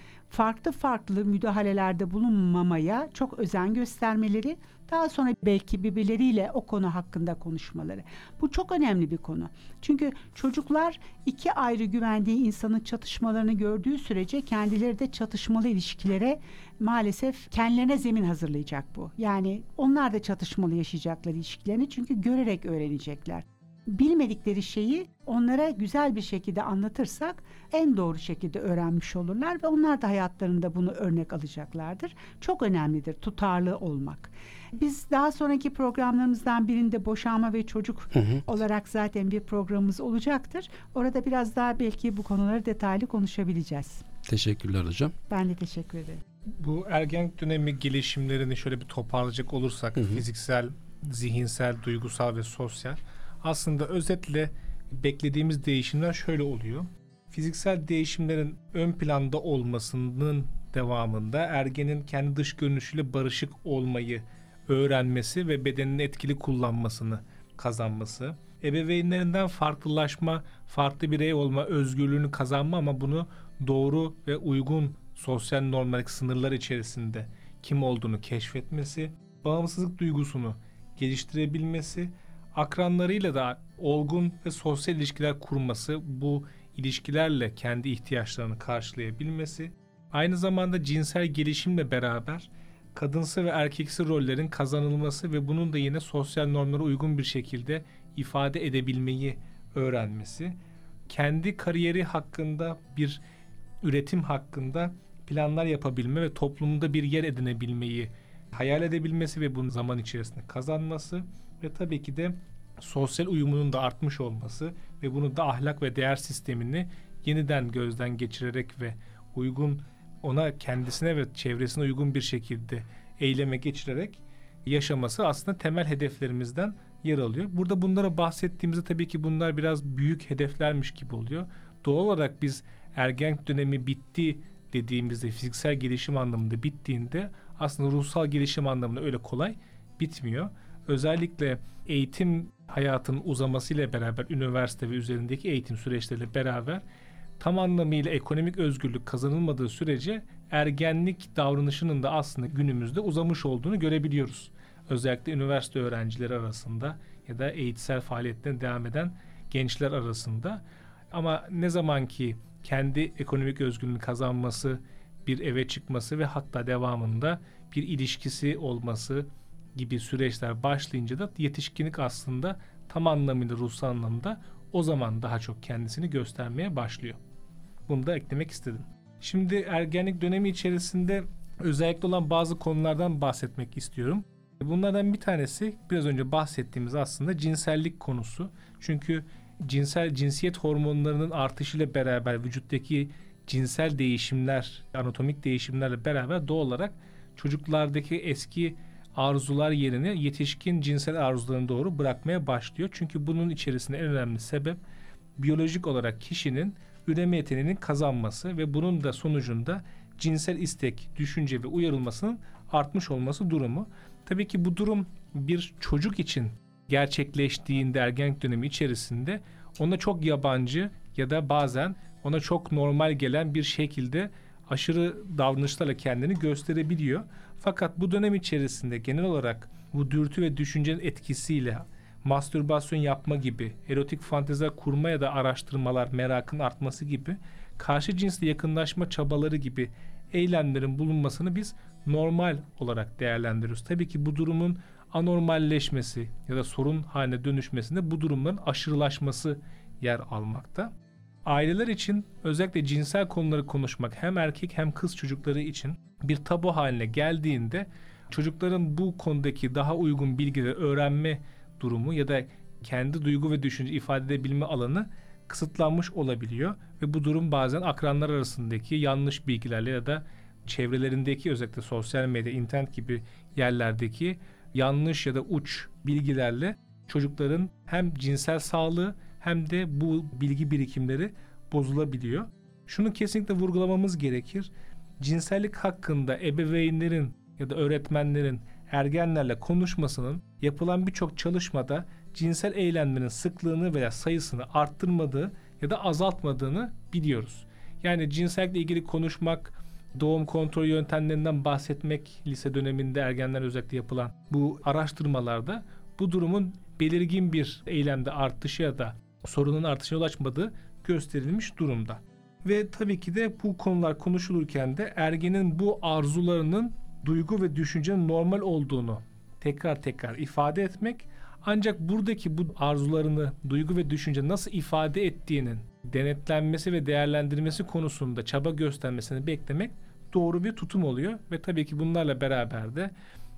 farklı müdahalelerde bulunmamaya çok özen göstermeleri, daha sonra belki birbirleriyle o konu hakkında konuşmaları. Bu çok önemli bir konu. Çünkü çocuklar 2 ayrı güvendiği insanın çatışmalarını gördüğü sürece kendileri de çatışmalı ilişkilere maalesef kendilerine zemin hazırlayacak bu. Yani onlar da çatışmalı yaşayacaklar ilişkilerini, çünkü görerek öğrenecekler. bilmedikleri şeyi onlara güzel bir şekilde anlatırsak en doğru şekilde öğrenmiş olurlar ve onlar da hayatlarında bunu örnek alacaklardır. Çok önemlidir tutarlı olmak. Biz daha sonraki programlarımızdan birinde boşanma ve çocuk olarak zaten bir programımız olacaktır. Orada biraz daha belki bu konuları detaylı konuşabileceğiz. Teşekkürler hocam. Ben de teşekkür ederim. Bu ergenlik dönemi gelişimlerini şöyle bir toparlayacak olursak fiziksel, zihinsel, duygusal ve sosyal. Aslında özetle beklediğimiz değişimler şöyle oluyor. Fiziksel değişimlerin ön planda olmasının devamında ergenin kendi dış görünüşüyle barışık olmayı öğrenmesi ve bedenini etkili kullanmasını kazanması. Ebeveynlerinden farklılaşma, farklı birey olma, özgürlüğünü kazanma ama bunu doğru ve uygun sosyal normalik sınırlar içerisinde kim olduğunu keşfetmesi, bağımsızlık duygusunu geliştirebilmesi, akranlarıyla da olgun ve sosyal ilişkiler kurması, bu ilişkilerle kendi ihtiyaçlarını karşılayabilmesi, aynı zamanda cinsel gelişimle beraber kadınsı ve erkeksi rollerin kazanılması ve bunun da yine sosyal normlara uygun bir şekilde ifade edebilmeyi öğrenmesi, kendi kariyeri hakkında bir üretim hakkında planlar yapabilme ve toplumda bir yer edinebilmeyi hayal edebilmesi ve bunu zaman içerisinde kazanması ve tabii ki de sosyal uyumunun da artmış olması ve bunu da ahlak ve değer sistemini yeniden gözden geçirerek ve uygun ona kendisine ve çevresine uygun bir şekilde eyleme geçirerek yaşaması aslında temel hedeflerimizden yer alıyor. Burada bunlara bahsettiğimizde tabii ki bunlar biraz büyük hedeflermiş gibi oluyor. Doğal olarak biz ergenlik dönemi bitti dediğimizde fiziksel gelişim anlamında bittiğinde aslında ruhsal gelişim anlamında öyle kolay bitmiyor. Özellikle eğitim hayatının uzamasıyla beraber üniversite ve üzerindeki eğitim süreçleriyle beraber tam anlamıyla ekonomik özgürlük kazanılmadığı sürece ergenlik davranışının da aslında günümüzde uzamış olduğunu görebiliyoruz. Özellikle üniversite öğrencileri arasında ya da eğitsel faaliyetlerine devam eden gençler arasında. Ama ne zaman ki kendi ekonomik özgürlüğünü kazanması, bir eve çıkması ve hatta devamında bir ilişkisi olması gibi süreçler başlayınca da yetişkinlik aslında tam anlamıyla ruhsal anlamda o zaman daha çok kendisini göstermeye başlıyor. Bunu da eklemek istedim. Şimdi ergenlik dönemi içerisinde özellikle olan bazı konulardan bahsetmek istiyorum. Bunlardan bir tanesi biraz önce bahsettiğimiz aslında cinsellik konusu. Çünkü cinsiyet hormonlarının artışıyla beraber vücuttaki cinsel değişimler, anatomik değişimlerle beraber doğal olarak çocuklardaki eski arzular yerini yetişkin cinsel arzularına doğru bırakmaya başlıyor. Çünkü bunun içerisinde en önemli sebep biyolojik olarak kişinin üreme yeteneğinin kazanması ve bunun da sonucunda cinsel istek, düşünce ve uyarılmasının artmış olması durumu. Tabii ki bu durum bir çocuk için gerçekleştiğinde ergenlik dönemi içerisinde ona çok yabancı ya da bazen ona çok normal gelen bir şekilde aşırı davranışlarla kendini gösterebiliyor. Fakat bu dönem içerisinde genel olarak bu dürtü ve düşüncenin etkisiyle mastürbasyon yapma gibi, erotik fanteziler kurma ya da araştırmalar, merakın artması gibi karşı cinsle yakınlaşma çabaları gibi eylemlerin bulunmasını biz normal olarak değerlendiriyoruz. Tabii ki bu durumun anormalleşmesi ya da sorun haline dönüşmesinde bu durumların aşırılaşması yer almakta. Aileler için özellikle cinsel konuları konuşmak hem erkek hem kız çocukları için bir tabu haline geldiğinde çocukların bu konudaki daha uygun bilgileri öğrenme durumu ya da kendi duygu ve düşünce ifade edebilme alanı kısıtlanmış olabiliyor ve bu durum bazen akranlar arasındaki yanlış bilgilerle ya da çevrelerindeki özellikle sosyal medya, internet gibi yerlerdeki yanlış ya da uç bilgilerle çocukların hem cinsel sağlığı hem de bu bilgi birikimleri bozulabiliyor. Şunu kesinlikle vurgulamamız gerekir. Cinsellik hakkında ebeveynlerin ya da öğretmenlerin ergenlerle konuşmasının yapılan birçok çalışmada cinsel eylemlerin sıklığını veya sayısını arttırmadığı ya da azaltmadığını biliyoruz. Yani cinsellikle ilgili konuşmak, doğum kontrol yöntemlerinden bahsetmek lise döneminde ergenler özellikle yapılan bu araştırmalarda bu durumun belirgin bir eylemde artışı ya da sorunun artışına yol açmadığı gösterilmiş durumda. Ve tabii ki de bu konular konuşulurken de ergenin bu arzularının duygu ve düşüncenin normal olduğunu tekrar ifade etmek, Ancak buradaki bu arzularını, duygu ve düşünce nasıl ifade ettiğinin denetlenmesi ve değerlendirilmesi konusunda çaba göstermesini beklemek doğru bir tutum oluyor. Ve tabii ki bunlarla beraber de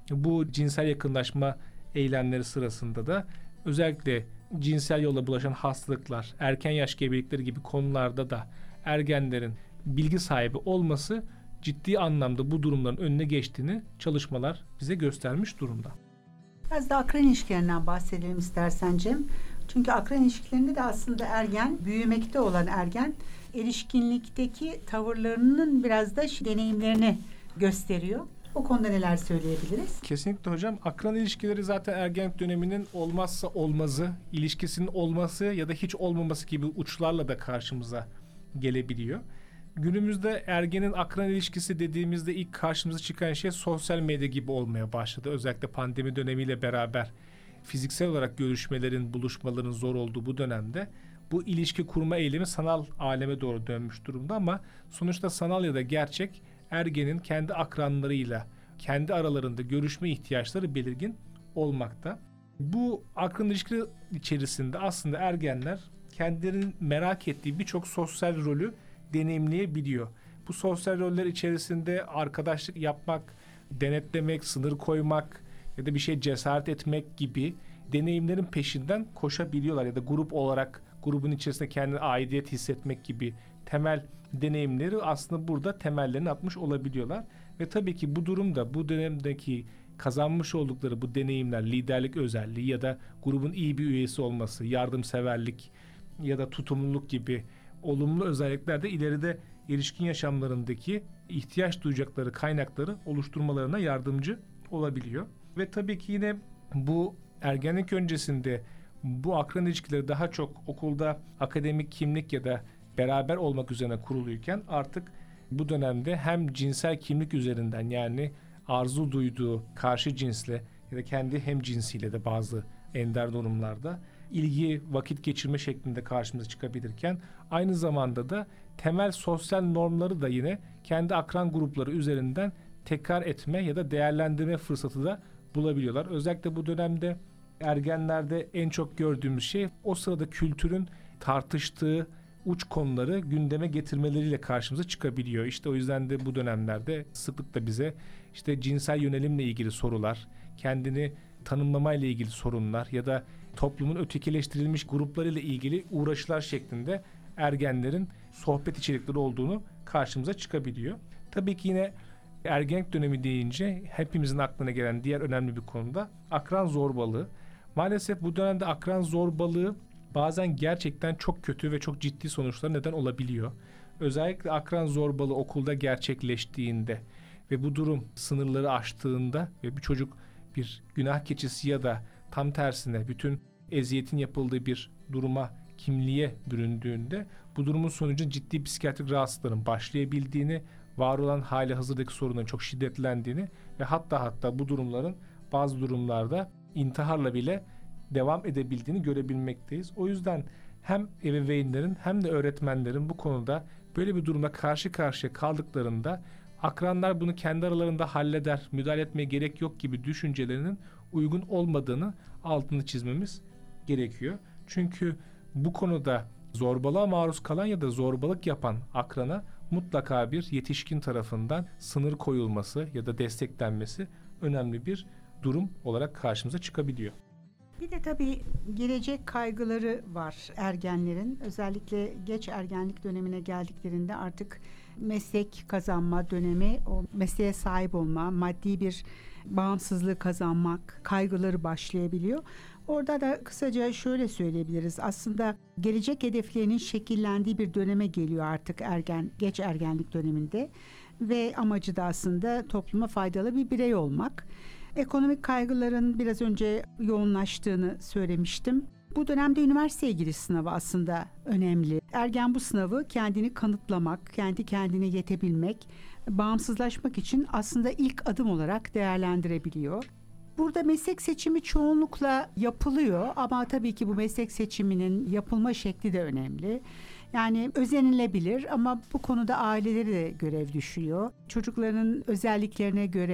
bu cinsel yakınlaşma eylemleri sırasında da özellikle cinsel yolla bulaşan hastalıklar, erken yaş gebelikleri gibi konularda da ergenlerin bilgi sahibi olması ciddi anlamda bu durumların önüne geçtiğini çalışmalar bize göstermiş durumda. Biraz da akran ilişkilerinden bahsedelim istersen Cem. Çünkü akran ilişkilerinde de aslında ergen, büyümekte olan ergen, erişkinlikteki tavırlarının biraz da deneyimlerini gösteriyor. O konuda neler söyleyebiliriz? Kesinlikle hocam. Akran ilişkileri zaten ergenlik döneminin olmazsa olmazı, ilişkisinin olması ya da hiç olmaması gibi uçlarla da karşımıza gelebiliyor. Günümüzde ergenin akran ilişkisi dediğimizde ilk karşımıza çıkan şey sosyal medya gibi olmaya başladı. Özellikle pandemi dönemiyle beraber fiziksel olarak görüşmelerin, buluşmaların zor olduğu bu dönemde bu ilişki kurma eylemi sanal aleme doğru dönmüş durumda ama sonuçta sanal ya da gerçek ergenin kendi akranlarıyla kendi aralarında görüşme ihtiyaçları belirgin olmakta. Bu akran ilişkileri içerisinde aslında ergenler kendilerinin merak ettiği birçok sosyal rolü deneyimleyebiliyor. Bu sosyal roller içerisinde arkadaşlık yapmak, denetlemek, sınır koymak ya da bir şey cesaret etmek gibi deneyimlerin peşinden koşabiliyorlar ya da grup olarak grubun içerisinde kendine aidiyet hissetmek gibi temel deneyimleri aslında burada temellerini atmış olabiliyorlar. Ve tabii ki bu durumda bu dönemdeki kazanmış oldukları bu deneyimler, liderlik özelliği ya da grubun iyi bir üyesi olması, yardımseverlik ya da tutumluluk gibi olumlu özellikler de ileride erişkin yaşamlarındaki ihtiyaç duyacakları kaynakları oluşturmalarına yardımcı olabiliyor. Ve tabii ki yine bu ergenlik öncesinde bu akran ilişkileri daha çok okulda akademik kimlik ya da beraber olmak üzerine kuruluyken artık bu dönemde hem cinsel kimlik üzerinden yani arzu duyduğu karşı cinsle ya da kendi hem cinsiyle de bazı ender durumlarda ilgi, vakit geçirme şeklinde karşımıza çıkabilirken aynı zamanda da temel sosyal normları da yine kendi akran grupları üzerinden tekrar etme ya da değerlendirme fırsatı da bulabiliyorlar. Özellikle bu dönemde ergenlerde en çok gördüğümüz şey o sırada kültürün tartıştığı uç konuları gündeme getirmeleriyle karşımıza çıkabiliyor. İşte o yüzden de bu dönemlerde sıklıkla bize işte cinsel yönelimle ilgili sorular, kendini tanımlamayla ilgili sorunlar ya da toplumun ötekileştirilmiş gruplarıyla ilgili uğraşılar şeklinde ergenlerin sohbet içerikleri olduğunu karşımıza çıkabiliyor. Tabii ki yine ergenlik dönemi deyince hepimizin aklına gelen diğer önemli bir konuda akran zorbalığı. Maalesef bu dönemde akran zorbalığı bazen gerçekten çok kötü ve çok ciddi sonuçlara neden olabiliyor. Özellikle akran zorbalığı okulda gerçekleştiğinde ve bu durum sınırları aştığında ve bir çocuk bir günah keçisi ya da tam tersine bütün eziyetin yapıldığı bir duruma, kimliğe büründüğünde bu durumun sonucu ciddi psikiyatrik rahatsızlıkların başlayabildiğini, var olan hali hazırdaki sorunların çok şiddetlendiğini ve hatta bu durumların bazı durumlarda intiharla bile devam edebildiğini görebilmekteyiz. O yüzden hem ebeveynlerin hem de öğretmenlerin bu konuda böyle bir durumla karşı karşıya kaldıklarında akranlar bunu kendi aralarında halleder, müdahale etmeye gerek yok gibi düşüncelerinin uygun olmadığını altını çizmemiz gerekiyor. Çünkü bu konuda zorbalığa maruz kalan ya da zorbalık yapan akrana mutlaka bir yetişkin tarafından sınır koyulması ya da desteklenmesi önemli bir durum olarak karşımıza çıkabiliyor. Bir de tabii gelecek kaygıları var ergenlerin. Özellikle geç ergenlik dönemine geldiklerinde artık meslek kazanma dönemi, o mesleğe sahip olma, maddi bir bağımsızlığı kazanmak kaygıları başlayabiliyor. Orada da kısaca şöyle söyleyebiliriz. Aslında gelecek hedeflerinin şekillendiği bir döneme geliyor artık geç ergenlik döneminde ve amacı da aslında topluma faydalı bir birey olmak. Ekonomik kaygıların biraz önce yoğunlaştığını söylemiştim. Bu dönemde üniversiteye giriş sınavı aslında önemli. Ergen bu sınavı kendini kanıtlamak, kendi kendine yetebilmek, bağımsızlaşmak için aslında ilk adım olarak değerlendirebiliyor. Burada meslek seçimi çoğunlukla yapılıyor ama tabii ki bu meslek seçiminin yapılma şekli de önemli. Yani özenilebilir ama bu konuda aileleri de görev düşüyor. Çocukların özelliklerine göre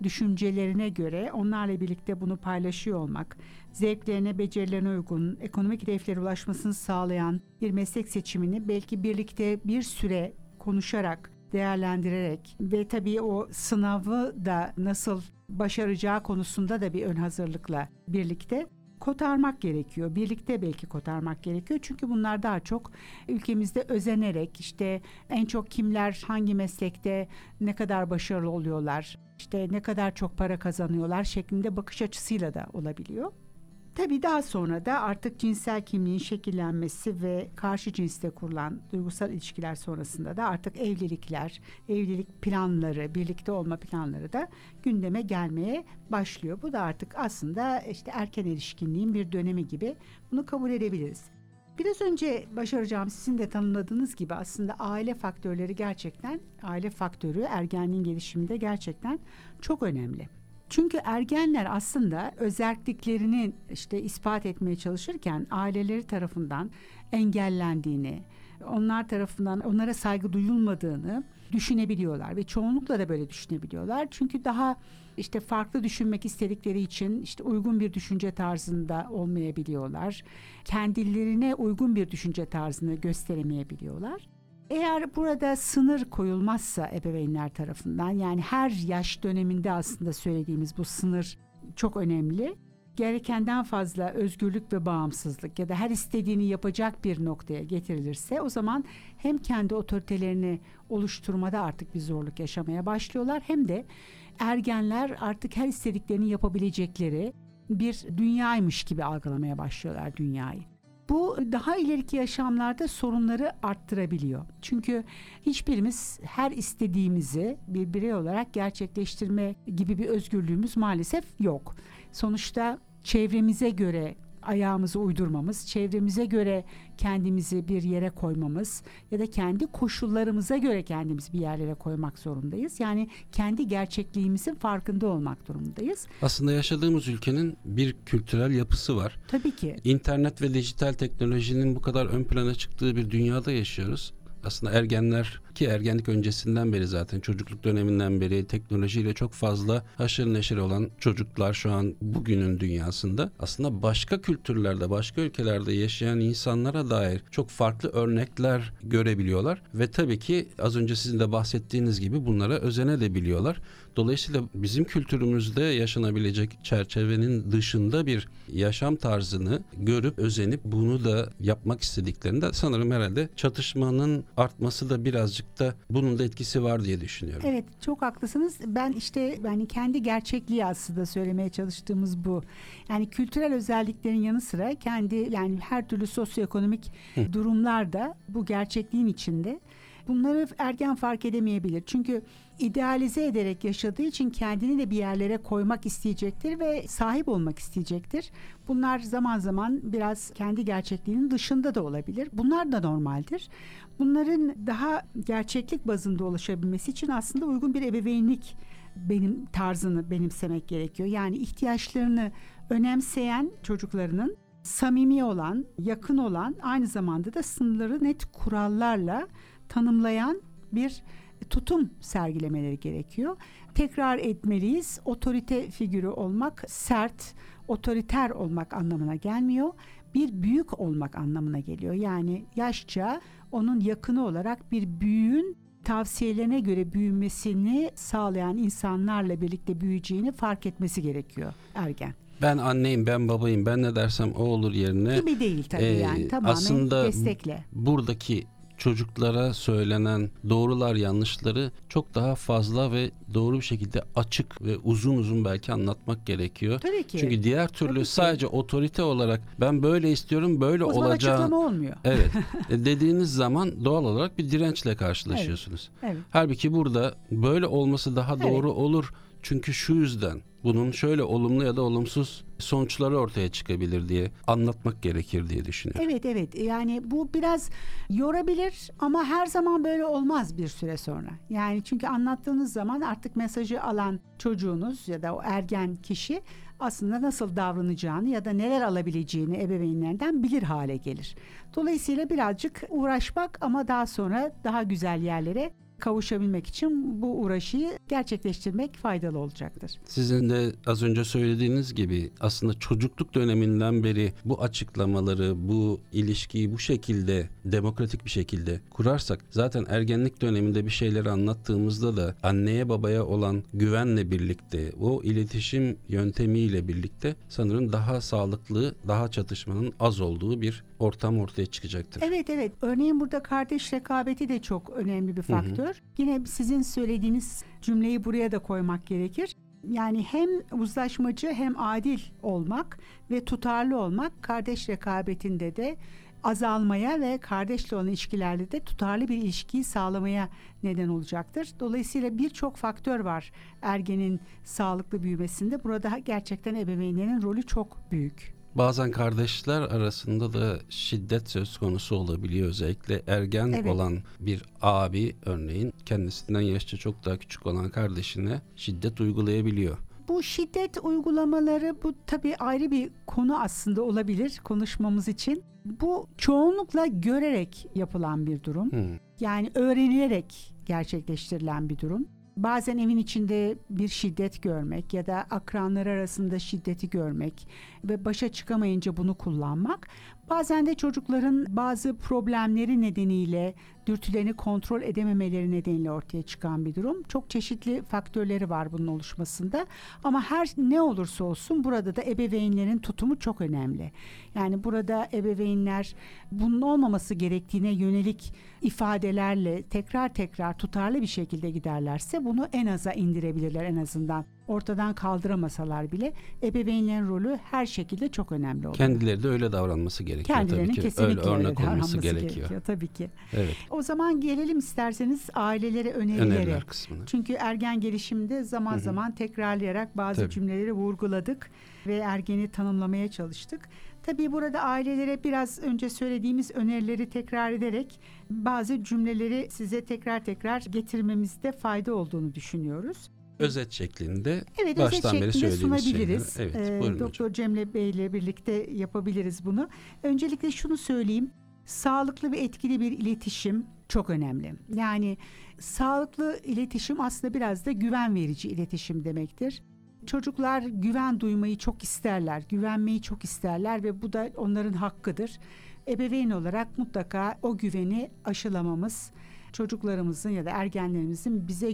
düşüncelerine göre onlarla birlikte bunu paylaşıyor olmak, zevklerine, becerilerine uygun, ekonomik hedeflere ulaşmasını sağlayan bir meslek seçimini belki birlikte bir süre konuşarak, değerlendirerek ve tabii o sınavı da nasıl başaracağı konusunda da bir ön hazırlıkla birlikte kotarmak gerekiyor. Birlikte belki kotarmak gerekiyor. Çünkü bunlar daha çok ülkemizde özenerek, işte en çok kimler hangi meslekte ne kadar başarılı oluyorlar, işte ne kadar çok para kazanıyorlar şeklinde bakış açısıyla da olabiliyor. Tabii daha sonra da artık cinsel kimliğin şekillenmesi ve karşı cinsle kurulan duygusal ilişkiler sonrasında da artık evlilikler, evlilik planları, birlikte olma planları da gündeme gelmeye başlıyor. Bu da artık aslında işte erken erişkinliğin bir dönemi gibi, bunu kabul edebiliriz. Biraz önce Başar Hocam sizin de tanımladığınız gibi aslında aile faktörü ergenliğin gelişiminde gerçekten çok önemli. Çünkü ergenler aslında özelliklerini işte ispat etmeye çalışırken aileleri tarafından engellendiğini, onlar tarafından onlara saygı duyulmadığını düşünebiliyorlar ve çoğunlukla da böyle düşünebiliyorlar. Çünkü daha işte farklı düşünmek istedikleri için işte uygun bir düşünce tarzında olmayabiliyorlar. Kendilerine uygun bir düşünce tarzını gösteremeyebiliyorlar. Eğer burada sınır koyulmazsa ebeveynler tarafından, yani her yaş döneminde aslında söylediğimiz bu sınır çok önemli. Gerekenden fazla özgürlük ve bağımsızlık ya da her istediğini yapacak bir noktaya getirilirse o zaman hem kendi otoritelerini oluşturmada artık bir zorluk yaşamaya başlıyorlar, hem de ergenler artık her istediklerini yapabilecekleri bir dünyaymış gibi algılamaya başlıyorlar dünyayı. Bu daha ileriki yaşamlarda sorunları arttırabiliyor. Çünkü hiçbirimiz her istediğimizi bir birey olarak gerçekleştirme gibi bir özgürlüğümüz maalesef yok. Sonuçta çevremize göre ayağımızı uydurmamız, çevremize göre kendimizi bir yere koymamız ya da kendi koşullarımıza göre kendimizi bir yerlere koymak zorundayız. Yani kendi gerçekliğimizin farkında olmak durumundayız. Aslında yaşadığımız ülkenin bir kültürel yapısı var. Tabii ki. İnternet ve dijital teknolojinin bu kadar ön plana çıktığı bir dünyada yaşıyoruz. Aslında ergenler, ki ergenlik öncesinden beri zaten çocukluk döneminden beri teknolojiyle çok fazla haşır neşir olan çocuklar şu an bugünün dünyasında aslında başka kültürlerde, başka ülkelerde yaşayan insanlara dair çok farklı örnekler görebiliyorlar ve tabii ki az önce sizin de bahsettiğiniz gibi bunlara özenebiliyorlar. Dolayısıyla bizim kültürümüzde yaşanabilecek çerçevenin dışında bir yaşam tarzını görüp özenip bunu da yapmak istediklerinde sanırım herhalde çatışmanın artması da birazcık da bunun da etkisi var diye düşünüyorum. Evet, çok haklısınız. Ben işte kendi gerçekliği aslında söylemeye çalıştığımız bu. Yani kültürel özelliklerin yanı sıra yani her türlü sosyoekonomik durumlarda bu gerçekliğin içinde. Bunları ergen fark edemeyebilir. Çünkü idealize ederek yaşadığı için kendini de bir yerlere koymak isteyecektir ve sahip olmak isteyecektir. Bunlar zaman zaman biraz kendi gerçekliğinin dışında da olabilir. Bunlar da normaldir. Bunların daha gerçeklik bazında ulaşabilmesi için aslında uygun bir ebeveynlik tarzını benimsemek gerekiyor. Yani ihtiyaçlarını önemseyen çocuklarının samimi olan, yakın olan, aynı zamanda da sınırları net kurallarla tanımlayan bir tutum sergilemeleri gerekiyor. Tekrar etmeliyiz. Otorite figürü olmak sert, otoriter olmak anlamına gelmiyor. Bir büyük olmak anlamına geliyor. Yani yaşça onun yakını olarak bir büyüğün tavsiyelerine göre büyümesini sağlayan insanlarla birlikte büyüyeceğini fark etmesi gerekiyor ergen. Ben anneyim, ben babayım, ben ne dersem o olur yerine. Gibi değil tabii yani tamamen aslında destekle. Buradaki çocuklara söylenen doğrular yanlışları çok daha fazla ve doğru bir şekilde açık ve uzun uzun belki anlatmak gerekiyor. Tabii ki. Çünkü diğer türlü sadece otorite olarak ben böyle istiyorum, böyle olacak. O zaman açıklama olmuyor. Evet. Dediğiniz zaman doğal olarak bir dirençle karşılaşıyorsunuz. Evet. Halbuki burada böyle olması daha doğru olur. Çünkü şu yüzden bunun şöyle olumlu ya da olumsuz sonuçları ortaya çıkabilir diye anlatmak gerekir diye düşünüyorum. Evet. Yani bu biraz yorabilir ama her zaman böyle olmaz bir süre sonra. Yani çünkü anlattığınız zaman artık mesajı alan çocuğunuz ya da o ergen kişi aslında nasıl davranacağını ya da neler alabileceğini ebeveynlerden bilir hale gelir. Dolayısıyla birazcık uğraşmak ama daha sonra daha güzel yerlere kavuşabilmek için bu uğraşıyı gerçekleştirmek faydalı olacaktır. Sizin de az önce söylediğiniz gibi aslında çocukluk döneminden beri bu açıklamaları, bu ilişkiyi bu şekilde demokratik bir şekilde kurarsak zaten ergenlik döneminde bir şeyleri anlattığımızda da anneye babaya olan güvenle birlikte, o iletişim yöntemiyle birlikte sanırım daha sağlıklı, daha çatışmanın az olduğu bir ortam ortaya çıkacaktır. Evet. Örneğin burada kardeş rekabeti de çok önemli bir faktör. Yine sizin söylediğiniz cümleyi buraya da koymak gerekir. Yani hem uzlaşmacı hem adil olmak ve tutarlı olmak kardeş rekabetinde de azalmaya ve kardeşle olan ilişkilerde de tutarlı bir ilişkiyi sağlamaya neden olacaktır. Dolayısıyla birçok faktör var ergenin sağlıklı büyümesinde. Burada gerçekten ebeveynlerin rolü çok büyük. Bazen kardeşler arasında da şiddet söz konusu olabiliyor. Özellikle ergen olan bir abi örneğin kendisinden yaşça çok daha küçük olan kardeşine şiddet uygulayabiliyor. Bu şiddet uygulamaları bu tabii ayrı bir konu aslında olabilir konuşmamız için. Bu çoğunlukla görerek yapılan bir durum. Yani öğrenilerek gerçekleştirilen bir durum. Bazen evin içinde bir şiddet görmek ya da akranlar arasında şiddeti görmek ve başa çıkamayınca bunu kullanmak. Bazen de çocukların bazı problemleri nedeniyle dürtülerini kontrol edememeleri nedeniyle ortaya çıkan bir durum. Çok çeşitli faktörleri var bunun oluşmasında. Ama her ne olursa olsun burada da ebeveynlerin tutumu çok önemli. Yani burada ebeveynler bunun olmaması gerektiğine yönelik ifadelerle tekrar tutarlı bir şekilde giderlerse bunu en aza indirebilirler en azından. Ortadan kaldıramasalar bile ebeveynlerin rolü her şekilde çok önemli oluyor. Kendileri de öyle davranması gerekiyor Kendilerinin tabii ki. kesinlikle Öyle örnek olması gerekiyor. Tabii ki. Evet. O zaman gelelim isterseniz ailelere önerilere. Öneriler kısmına. Çünkü ergen gelişimde zaman zaman tekrarlayarak bazı cümleleri vurguladık ve ergeni tanımlamaya çalıştık. Tabii burada ailelere biraz önce söylediğimiz önerileri tekrar ederek bazı cümleleri size tekrar getirmemizde fayda olduğunu düşünüyoruz. Özet şeklinde evet, baştan beri söylediğimiz sunabiliriz. Evet, buyurun Doktor Cemile Bey ile birlikte yapabiliriz bunu. Öncelikle şunu söyleyeyim. Sağlıklı ve etkili bir iletişim çok önemli. Yani sağlıklı iletişim aslında biraz da güven verici iletişim demektir. Çocuklar güven duymayı çok isterler, güvenmeyi çok isterler ve bu da onların hakkıdır. Ebeveyn olarak mutlaka o güveni aşılamamız, çocuklarımızın ya da ergenlerimizin bize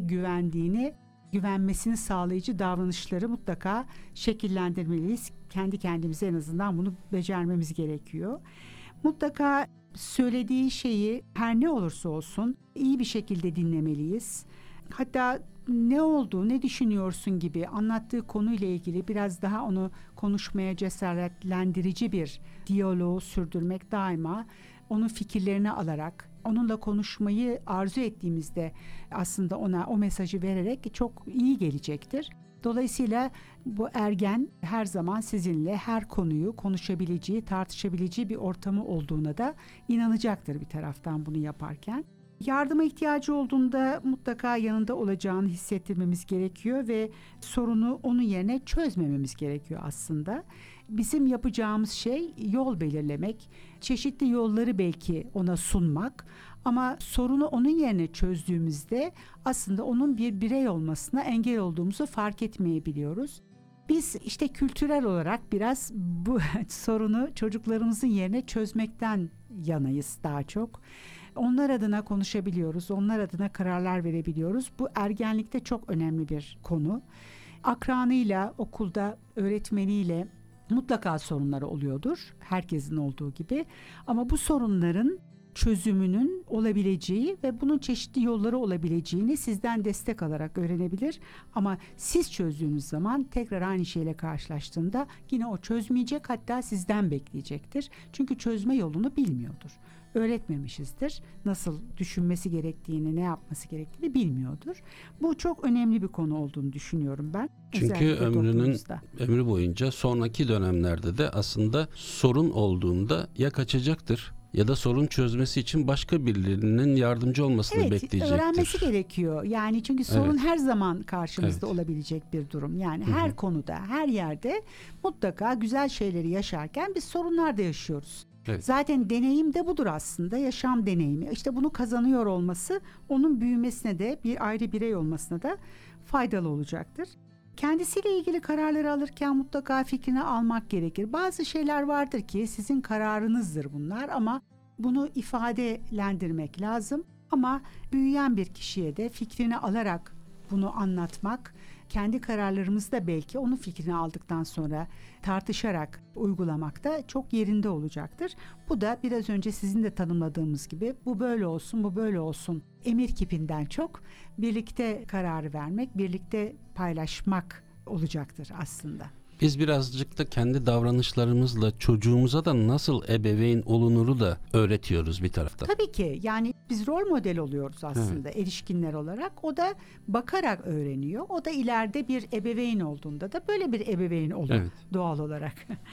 güvenmesini sağlayıcı davranışları mutlaka şekillendirmeliyiz. Kendi kendimize en azından bunu becermemiz gerekiyor. Mutlaka söylediği şeyi her ne olursa olsun iyi bir şekilde dinlemeliyiz. Hatta ne oldu, ne düşünüyorsun gibi anlattığı konuyla ilgili biraz daha onu konuşmaya cesaretlendirici bir diyaloğu sürdürmek daima onun fikirlerini alarak, onunla konuşmayı arzu ettiğimizde aslında ona o mesajı vererek çok iyi gelecektir. Dolayısıyla bu ergen her zaman sizinle her konuyu konuşabileceği, tartışabileceği bir ortamı olduğuna da inanacaktır bir taraftan bunu yaparken. Yardıma ihtiyacı olduğunda mutlaka yanında olacağını hissettirmemiz gerekiyor ve sorunu onun yerine çözmememiz gerekiyor aslında. Bizim yapacağımız şey yol belirlemek, çeşitli yolları belki ona sunmak ama sorunu onun yerine çözdüğümüzde aslında onun bir birey olmasına engel olduğumuzu fark etmeyebiliyoruz. Biz işte kültürel olarak biraz bu sorunu çocuklarımızın yerine çözmekten yanayız daha çok. Onlar adına konuşabiliyoruz, onlar adına kararlar verebiliyoruz. Bu ergenlikte çok önemli bir konu. Akranıyla, okulda öğretmeniyle mutlaka sorunları oluyordur. Herkesin olduğu gibi. Ama bu sorunların çözümünün olabileceği ve bunun çeşitli yolları olabileceğini sizden destek alarak öğrenebilir. Ama siz çözdüğünüz zaman tekrar aynı şeyle karşılaştığında yine o çözmeyecek, hatta sizden bekleyecektir. Çünkü çözme yolunu bilmiyordur. Öğretmemişizdir. Nasıl düşünmesi gerektiğini, ne yapması gerektiğini bilmiyordur. Bu çok önemli bir konu olduğunu düşünüyorum ben. Çünkü ömrü boyunca sonraki dönemlerde de aslında sorun olduğunda ya kaçacaktır ya da sorun çözmesi için başka birilerinin yardımcı olmasını bekleyecektir. Evet, öğrenmesi gerekiyor. Yani çünkü sorun her zaman karşımızda olabilecek bir durum. Yani her konuda, her yerde mutlaka güzel şeyleri yaşarken biz sorunlar da yaşıyoruz. Evet. Zaten deneyim de budur aslında, yaşam deneyimi. İşte bunu kazanıyor olması onun büyümesine de, bir ayrı birey olmasına da faydalı olacaktır. Kendisiyle ilgili kararları alırken mutlaka fikrini almak gerekir. Bazı şeyler vardır ki sizin kararınızdır bunlar ama bunu ifadelendirmek lazım. Ama büyüyen bir kişiye de fikrini alarak bunu anlatmak, kendi kararlarımızı da belki onun fikrini aldıktan sonra tartışarak uygulamak da çok yerinde olacaktır. Bu da biraz önce sizin de tanımladığımız gibi bu böyle olsun, bu böyle olsun emir kipinden çok birlikte kararı vermek, birlikte paylaşmak olacaktır aslında. Biz birazcık da kendi davranışlarımızla çocuğumuza da nasıl ebeveyn olunuru da öğretiyoruz bir taraftan. Tabii ki yani biz rol model oluyoruz aslında erişkinler olarak. O da bakarak öğreniyor. O da ileride bir ebeveyn olduğunda da böyle bir ebeveyn olur doğal olarak.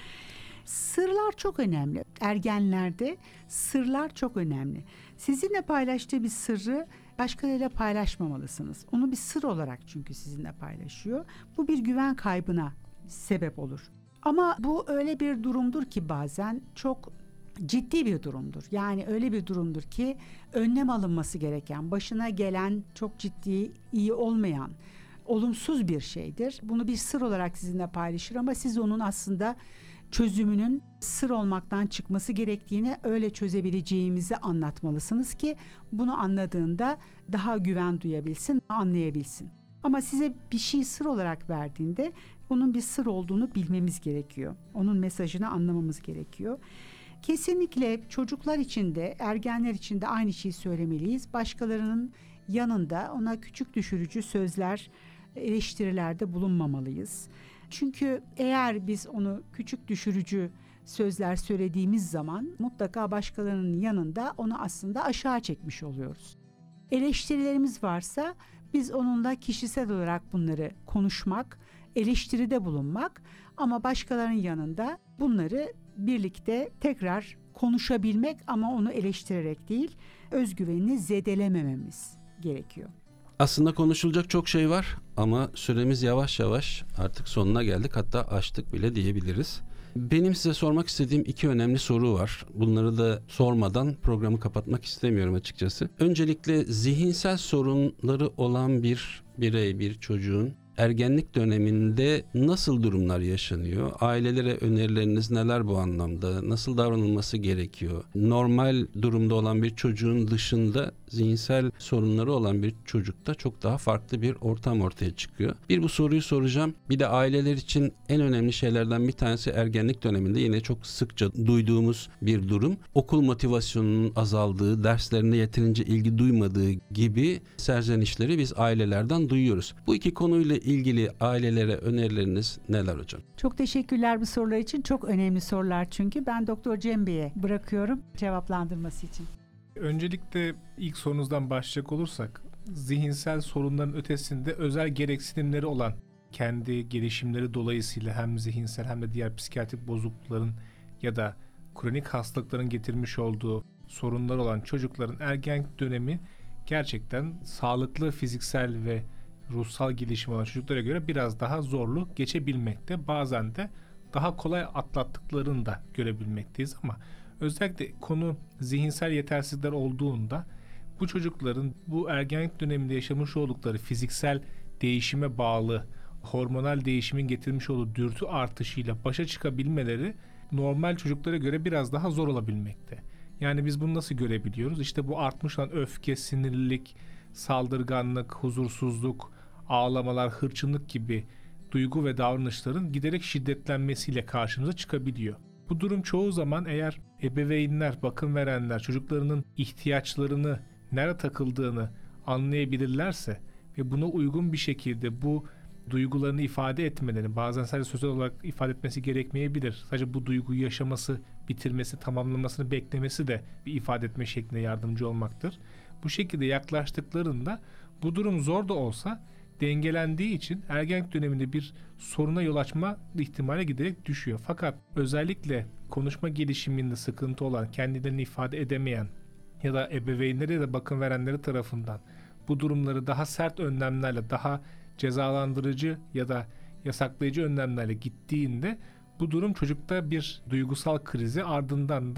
Sırlar çok önemli. Ergenlerde sırlar çok önemli. Sizinle paylaştığı bir sırrı başkalarıyla paylaşmamalısınız. Onu bir sır olarak çünkü sizinle paylaşıyor. Bu bir güven kaybına sebep olur. Ama bu öyle bir durumdur ki bazen çok ciddi bir durumdur. Yani öyle bir durumdur ki önlem alınması gereken, başına gelen çok ciddi, iyi olmayan, olumsuz bir şeydir. Bunu bir sır olarak sizinle paylaşır ama siz onun aslında çözümünün sır olmaktan çıkması gerektiğini, öyle çözebileceğimizi anlatmalısınız ki bunu anladığında daha güven duyabilsin, anlayabilsin. Ama size bir şey sır olarak verdiğinde onun bir sır olduğunu bilmemiz gerekiyor. Onun mesajını anlamamız gerekiyor. Kesinlikle çocuklar için de ergenler için de aynı şeyi söylemeliyiz. Başkalarının yanında ona küçük düşürücü sözler, eleştirilerde bulunmamalıyız. Çünkü eğer biz onu küçük düşürücü sözler söylediğimiz zaman mutlaka başkalarının yanında onu aslında aşağı çekmiş oluyoruz. Eleştirilerimiz varsa biz onunla kişisel olarak bunları konuşmak, eleştiride bulunmak ama başkalarının yanında bunları birlikte tekrar konuşabilmek ama onu eleştirerek değil, özgüvenini zedelemememiz gerekiyor. Aslında konuşulacak çok şey var ama süremiz yavaş yavaş artık sonuna geldik, hatta aştık bile diyebiliriz. Benim size sormak istediğim 2 önemli soru var. Bunları da sormadan programı kapatmak istemiyorum açıkçası. Öncelikle zihinsel sorunları olan bir birey, bir çocuğun ergenlik döneminde nasıl durumlar yaşanıyor? Ailelere önerileriniz neler bu anlamda? Nasıl davranılması gerekiyor? Normal durumda olan bir çocuğun dışında zihinsel sorunları olan bir çocukta çok daha farklı bir ortam ortaya çıkıyor. Bir bu soruyu soracağım. Bir de aileler için en önemli şeylerden bir tanesi ergenlik döneminde yine çok sıkça duyduğumuz bir durum. Okul motivasyonunun azaldığı, derslerine yeterince ilgi duymadığı gibi serzenişleri biz ailelerden duyuyoruz. Bu 2 konuyla ilgili ailelere önerileriniz neler hocam? Çok teşekkürler bu sorular için. Çok önemli sorular çünkü. Ben Doktor Cem Bey'e bırakıyorum cevaplandırması için. Öncelikle ilk sorunuzdan başlayacak olursak, zihinsel sorunların ötesinde özel gereksinimleri olan, kendi gelişimleri dolayısıyla hem zihinsel hem de diğer psikiyatrik bozuklukların ya da kronik hastalıkların getirmiş olduğu sorunlar olan çocukların ergenlik dönemi gerçekten sağlıklı fiziksel ve ruhsal gelişim olan çocuklara göre biraz daha zorlu geçebilmekte. Bazen de daha kolay atlattıklarını da görebilmekteyiz ama özellikle konu zihinsel yetersizlikler olduğunda bu çocukların bu ergenlik döneminde yaşamış oldukları fiziksel değişime bağlı hormonal değişimin getirmiş olduğu dürtü artışıyla başa çıkabilmeleri normal çocuklara göre biraz daha zor olabilmekte. Yani biz bunu nasıl görebiliyoruz? İşte bu artmış olan öfke, sinirlilik, saldırganlık, huzursuzluk, ağlamalar, hırçınlık gibi duygu ve davranışların giderek şiddetlenmesiyle karşımıza çıkabiliyor. Bu durum çoğu zaman eğer ebeveynler, bakım verenler çocuklarının ihtiyaçlarını, nerede takıldığını anlayabilirlerse ve buna uygun bir şekilde bu duygularını ifade etmelerini, bazen sadece sözel olarak ifade etmesi gerekmeyebilir. Sadece bu duyguyu yaşaması, bitirmesi, tamamlamasını beklemesi de bir ifade etme şeklinde yardımcı olmaktır. Bu şekilde yaklaştıklarında bu durum zor da olsa dengelendiği için ergenlik döneminde bir soruna yol açma ihtimali giderek düşüyor. Fakat özellikle konuşma gelişiminde sıkıntı olan, kendilerini ifade edemeyen ya da ebeveynleri ya da bakım verenleri tarafından bu durumları daha sert önlemlerle, daha cezalandırıcı ya da yasaklayıcı önlemlerle gittiğinde bu durum çocukta bir duygusal krizi, ardından da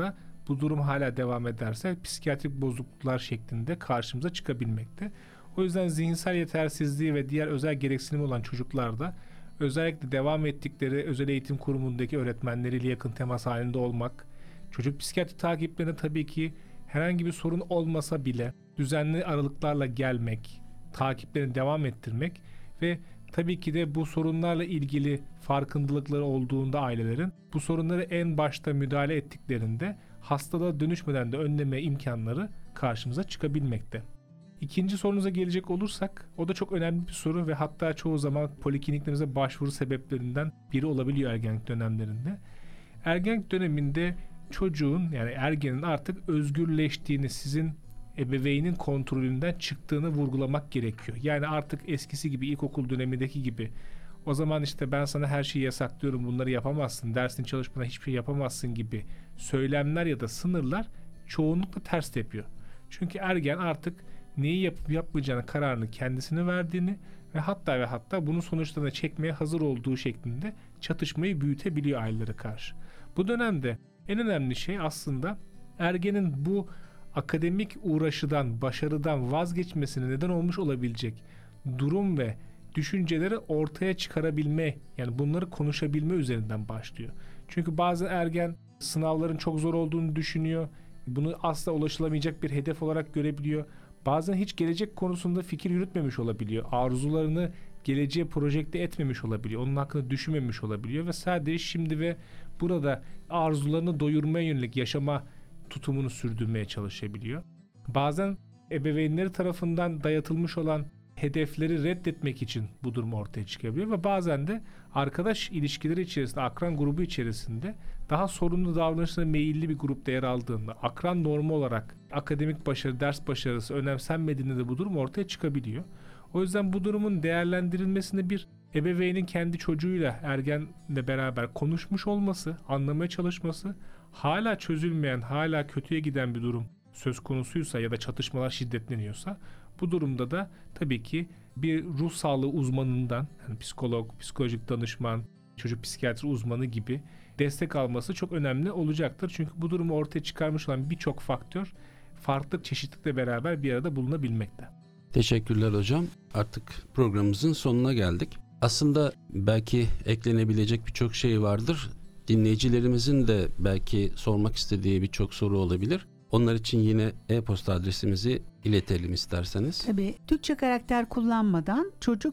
bu durum hala devam ederse psikiyatrik bozukluklar şeklinde karşımıza çıkabilmekte. O yüzden zihinsel yetersizliği ve diğer özel gereksinimi olan çocuklarda özellikle devam ettikleri özel eğitim kurumundaki öğretmenleriyle yakın temas halinde olmak, çocuk psikiyatri takiplerine tabii ki herhangi bir sorun olmasa bile düzenli aralıklarla gelmek, takiplerini devam ettirmek ve tabii ki de bu sorunlarla ilgili farkındalıkları olduğunda ailelerin bu sorunları en başta müdahale ettiklerinde hastalığa dönüşmeden de önleme imkanları karşımıza çıkabilmekte. İkinci sorunuza gelecek olursak, o da çok önemli bir soru ve hatta çoğu zaman polikliniklerimize başvuru sebeplerinden biri olabiliyor ergenlik dönemlerinde. Ergenlik döneminde çocuğun, yani ergenin artık özgürleştiğini, sizin ebeveynin kontrolünden çıktığını vurgulamak gerekiyor. Yani artık eskisi gibi, ilkokul dönemindeki gibi o zaman işte ben sana her şeyi yasaklıyorum, bunları yapamazsın, dersini çalışmadan hiçbir şey yapamazsın gibi söylemler ya da sınırlar çoğunlukla ters tepiyor. Çünkü ergen artık neyi yapıp yapmayacağını kararını kendisine verdiğini ve hatta bunun sonuçlarını çekmeye hazır olduğu şeklinde çatışmayı büyütebiliyor ailelere karşı. Bu dönemde en önemli şey aslında ergenin bu akademik uğraşıdan, başarıdan vazgeçmesine neden olmuş olabilecek durum ve düşünceleri ortaya çıkarabilme, yani bunları konuşabilme üzerinden başlıyor. Çünkü bazen ergen sınavların çok zor olduğunu düşünüyor, bunu asla ulaşılamayacak bir hedef olarak görebiliyor. Bazen hiç gelecek konusunda fikir yürütmemiş olabiliyor. Arzularını geleceğe projekte etmemiş olabiliyor. Onun hakkında düşünmemiş olabiliyor ve sadece şimdi ve burada arzularını doyurmaya yönelik yaşama tutumunu sürdürmeye çalışabiliyor. Bazen ebeveynleri tarafından dayatılmış olan hedefleri reddetmek için bu durum ortaya çıkabiliyor ve bazen de arkadaş ilişkileri içerisinde, akran grubu içerisinde daha sorumlu davranışlara meyilli bir grupta yer aldığında, akran normu olarak akademik başarı, ders başarısı önemsenmediğinde de bu durum ortaya çıkabiliyor. O yüzden bu durumun değerlendirilmesinde bir ebeveynin kendi çocuğuyla, ergenle beraber konuşmuş olması, anlamaya çalışması, hala çözülmeyen, hala kötüye giden bir durum söz konusuysa ya da çatışmalar şiddetleniyorsa, bu durumda da tabii ki bir ruh sağlığı uzmanından, yani psikolog, psikolojik danışman, çocuk psikiyatri uzmanı gibi destek alması çok önemli olacaktır. Çünkü bu durumu ortaya çıkarmış olan birçok faktör farklı çeşitlilikle beraber bir arada bulunabilmekte. Teşekkürler hocam. Artık programımızın sonuna geldik. Aslında belki eklenebilecek birçok şey vardır. Dinleyicilerimizin de belki sormak istediği birçok soru olabilir. Onlar için yine e-posta adresimizi iletelim isterseniz. Tabii. Türkçe karakter kullanmadan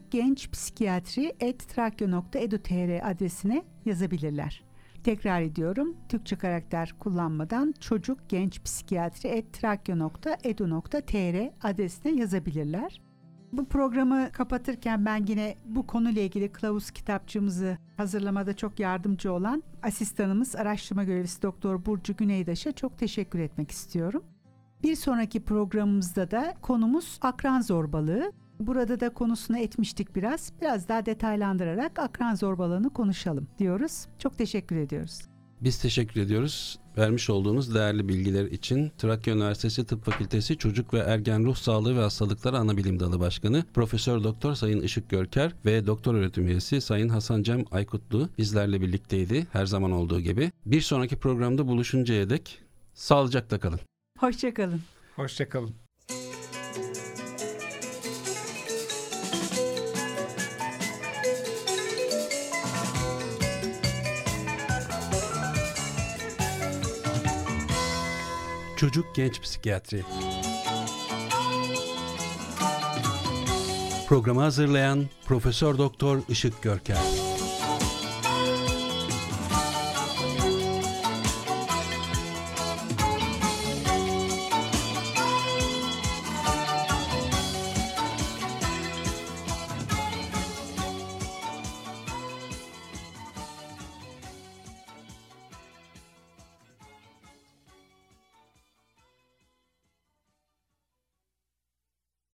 çocukgençpsikiyatri@trakya.edu.tr adresine yazabilirler. Tekrar ediyorum. Türkçe karakter kullanmadan çocukgençpsikiyatri@trakya.edu.tr adresine yazabilirler. Bu programı kapatırken ben yine bu konuyla ilgili kılavuz kitapçığımızı hazırlamada çok yardımcı olan asistanımız, araştırma görevlisi Doktor Burcu Güneydaş'a çok teşekkür etmek istiyorum. Bir sonraki programımızda da konumuz akran zorbalığı. Burada da konusunu etmiştik biraz. Biraz daha detaylandırarak akran zorbalığını konuşalım diyoruz. Çok teşekkür ediyoruz. Biz teşekkür ediyoruz. Vermiş olduğunuz değerli bilgiler için Trakya Üniversitesi Tıp Fakültesi Çocuk ve Ergen Ruh Sağlığı ve Hastalıkları Anabilim Dalı Başkanı Profesör Doktor Sayın Işık Görker ve Doktor Öğretim Üyesi Sayın Hasan Cem Aykutlu bizlerle birlikteydi her zaman olduğu gibi. Bir sonraki programda buluşuncaya dek sağlıcakla kalın. Hoşça kalın. Hoşça kalın. Çocuk Genç Psikiyatri. Programı hazırlayan Profesör Doktor Işık Görker.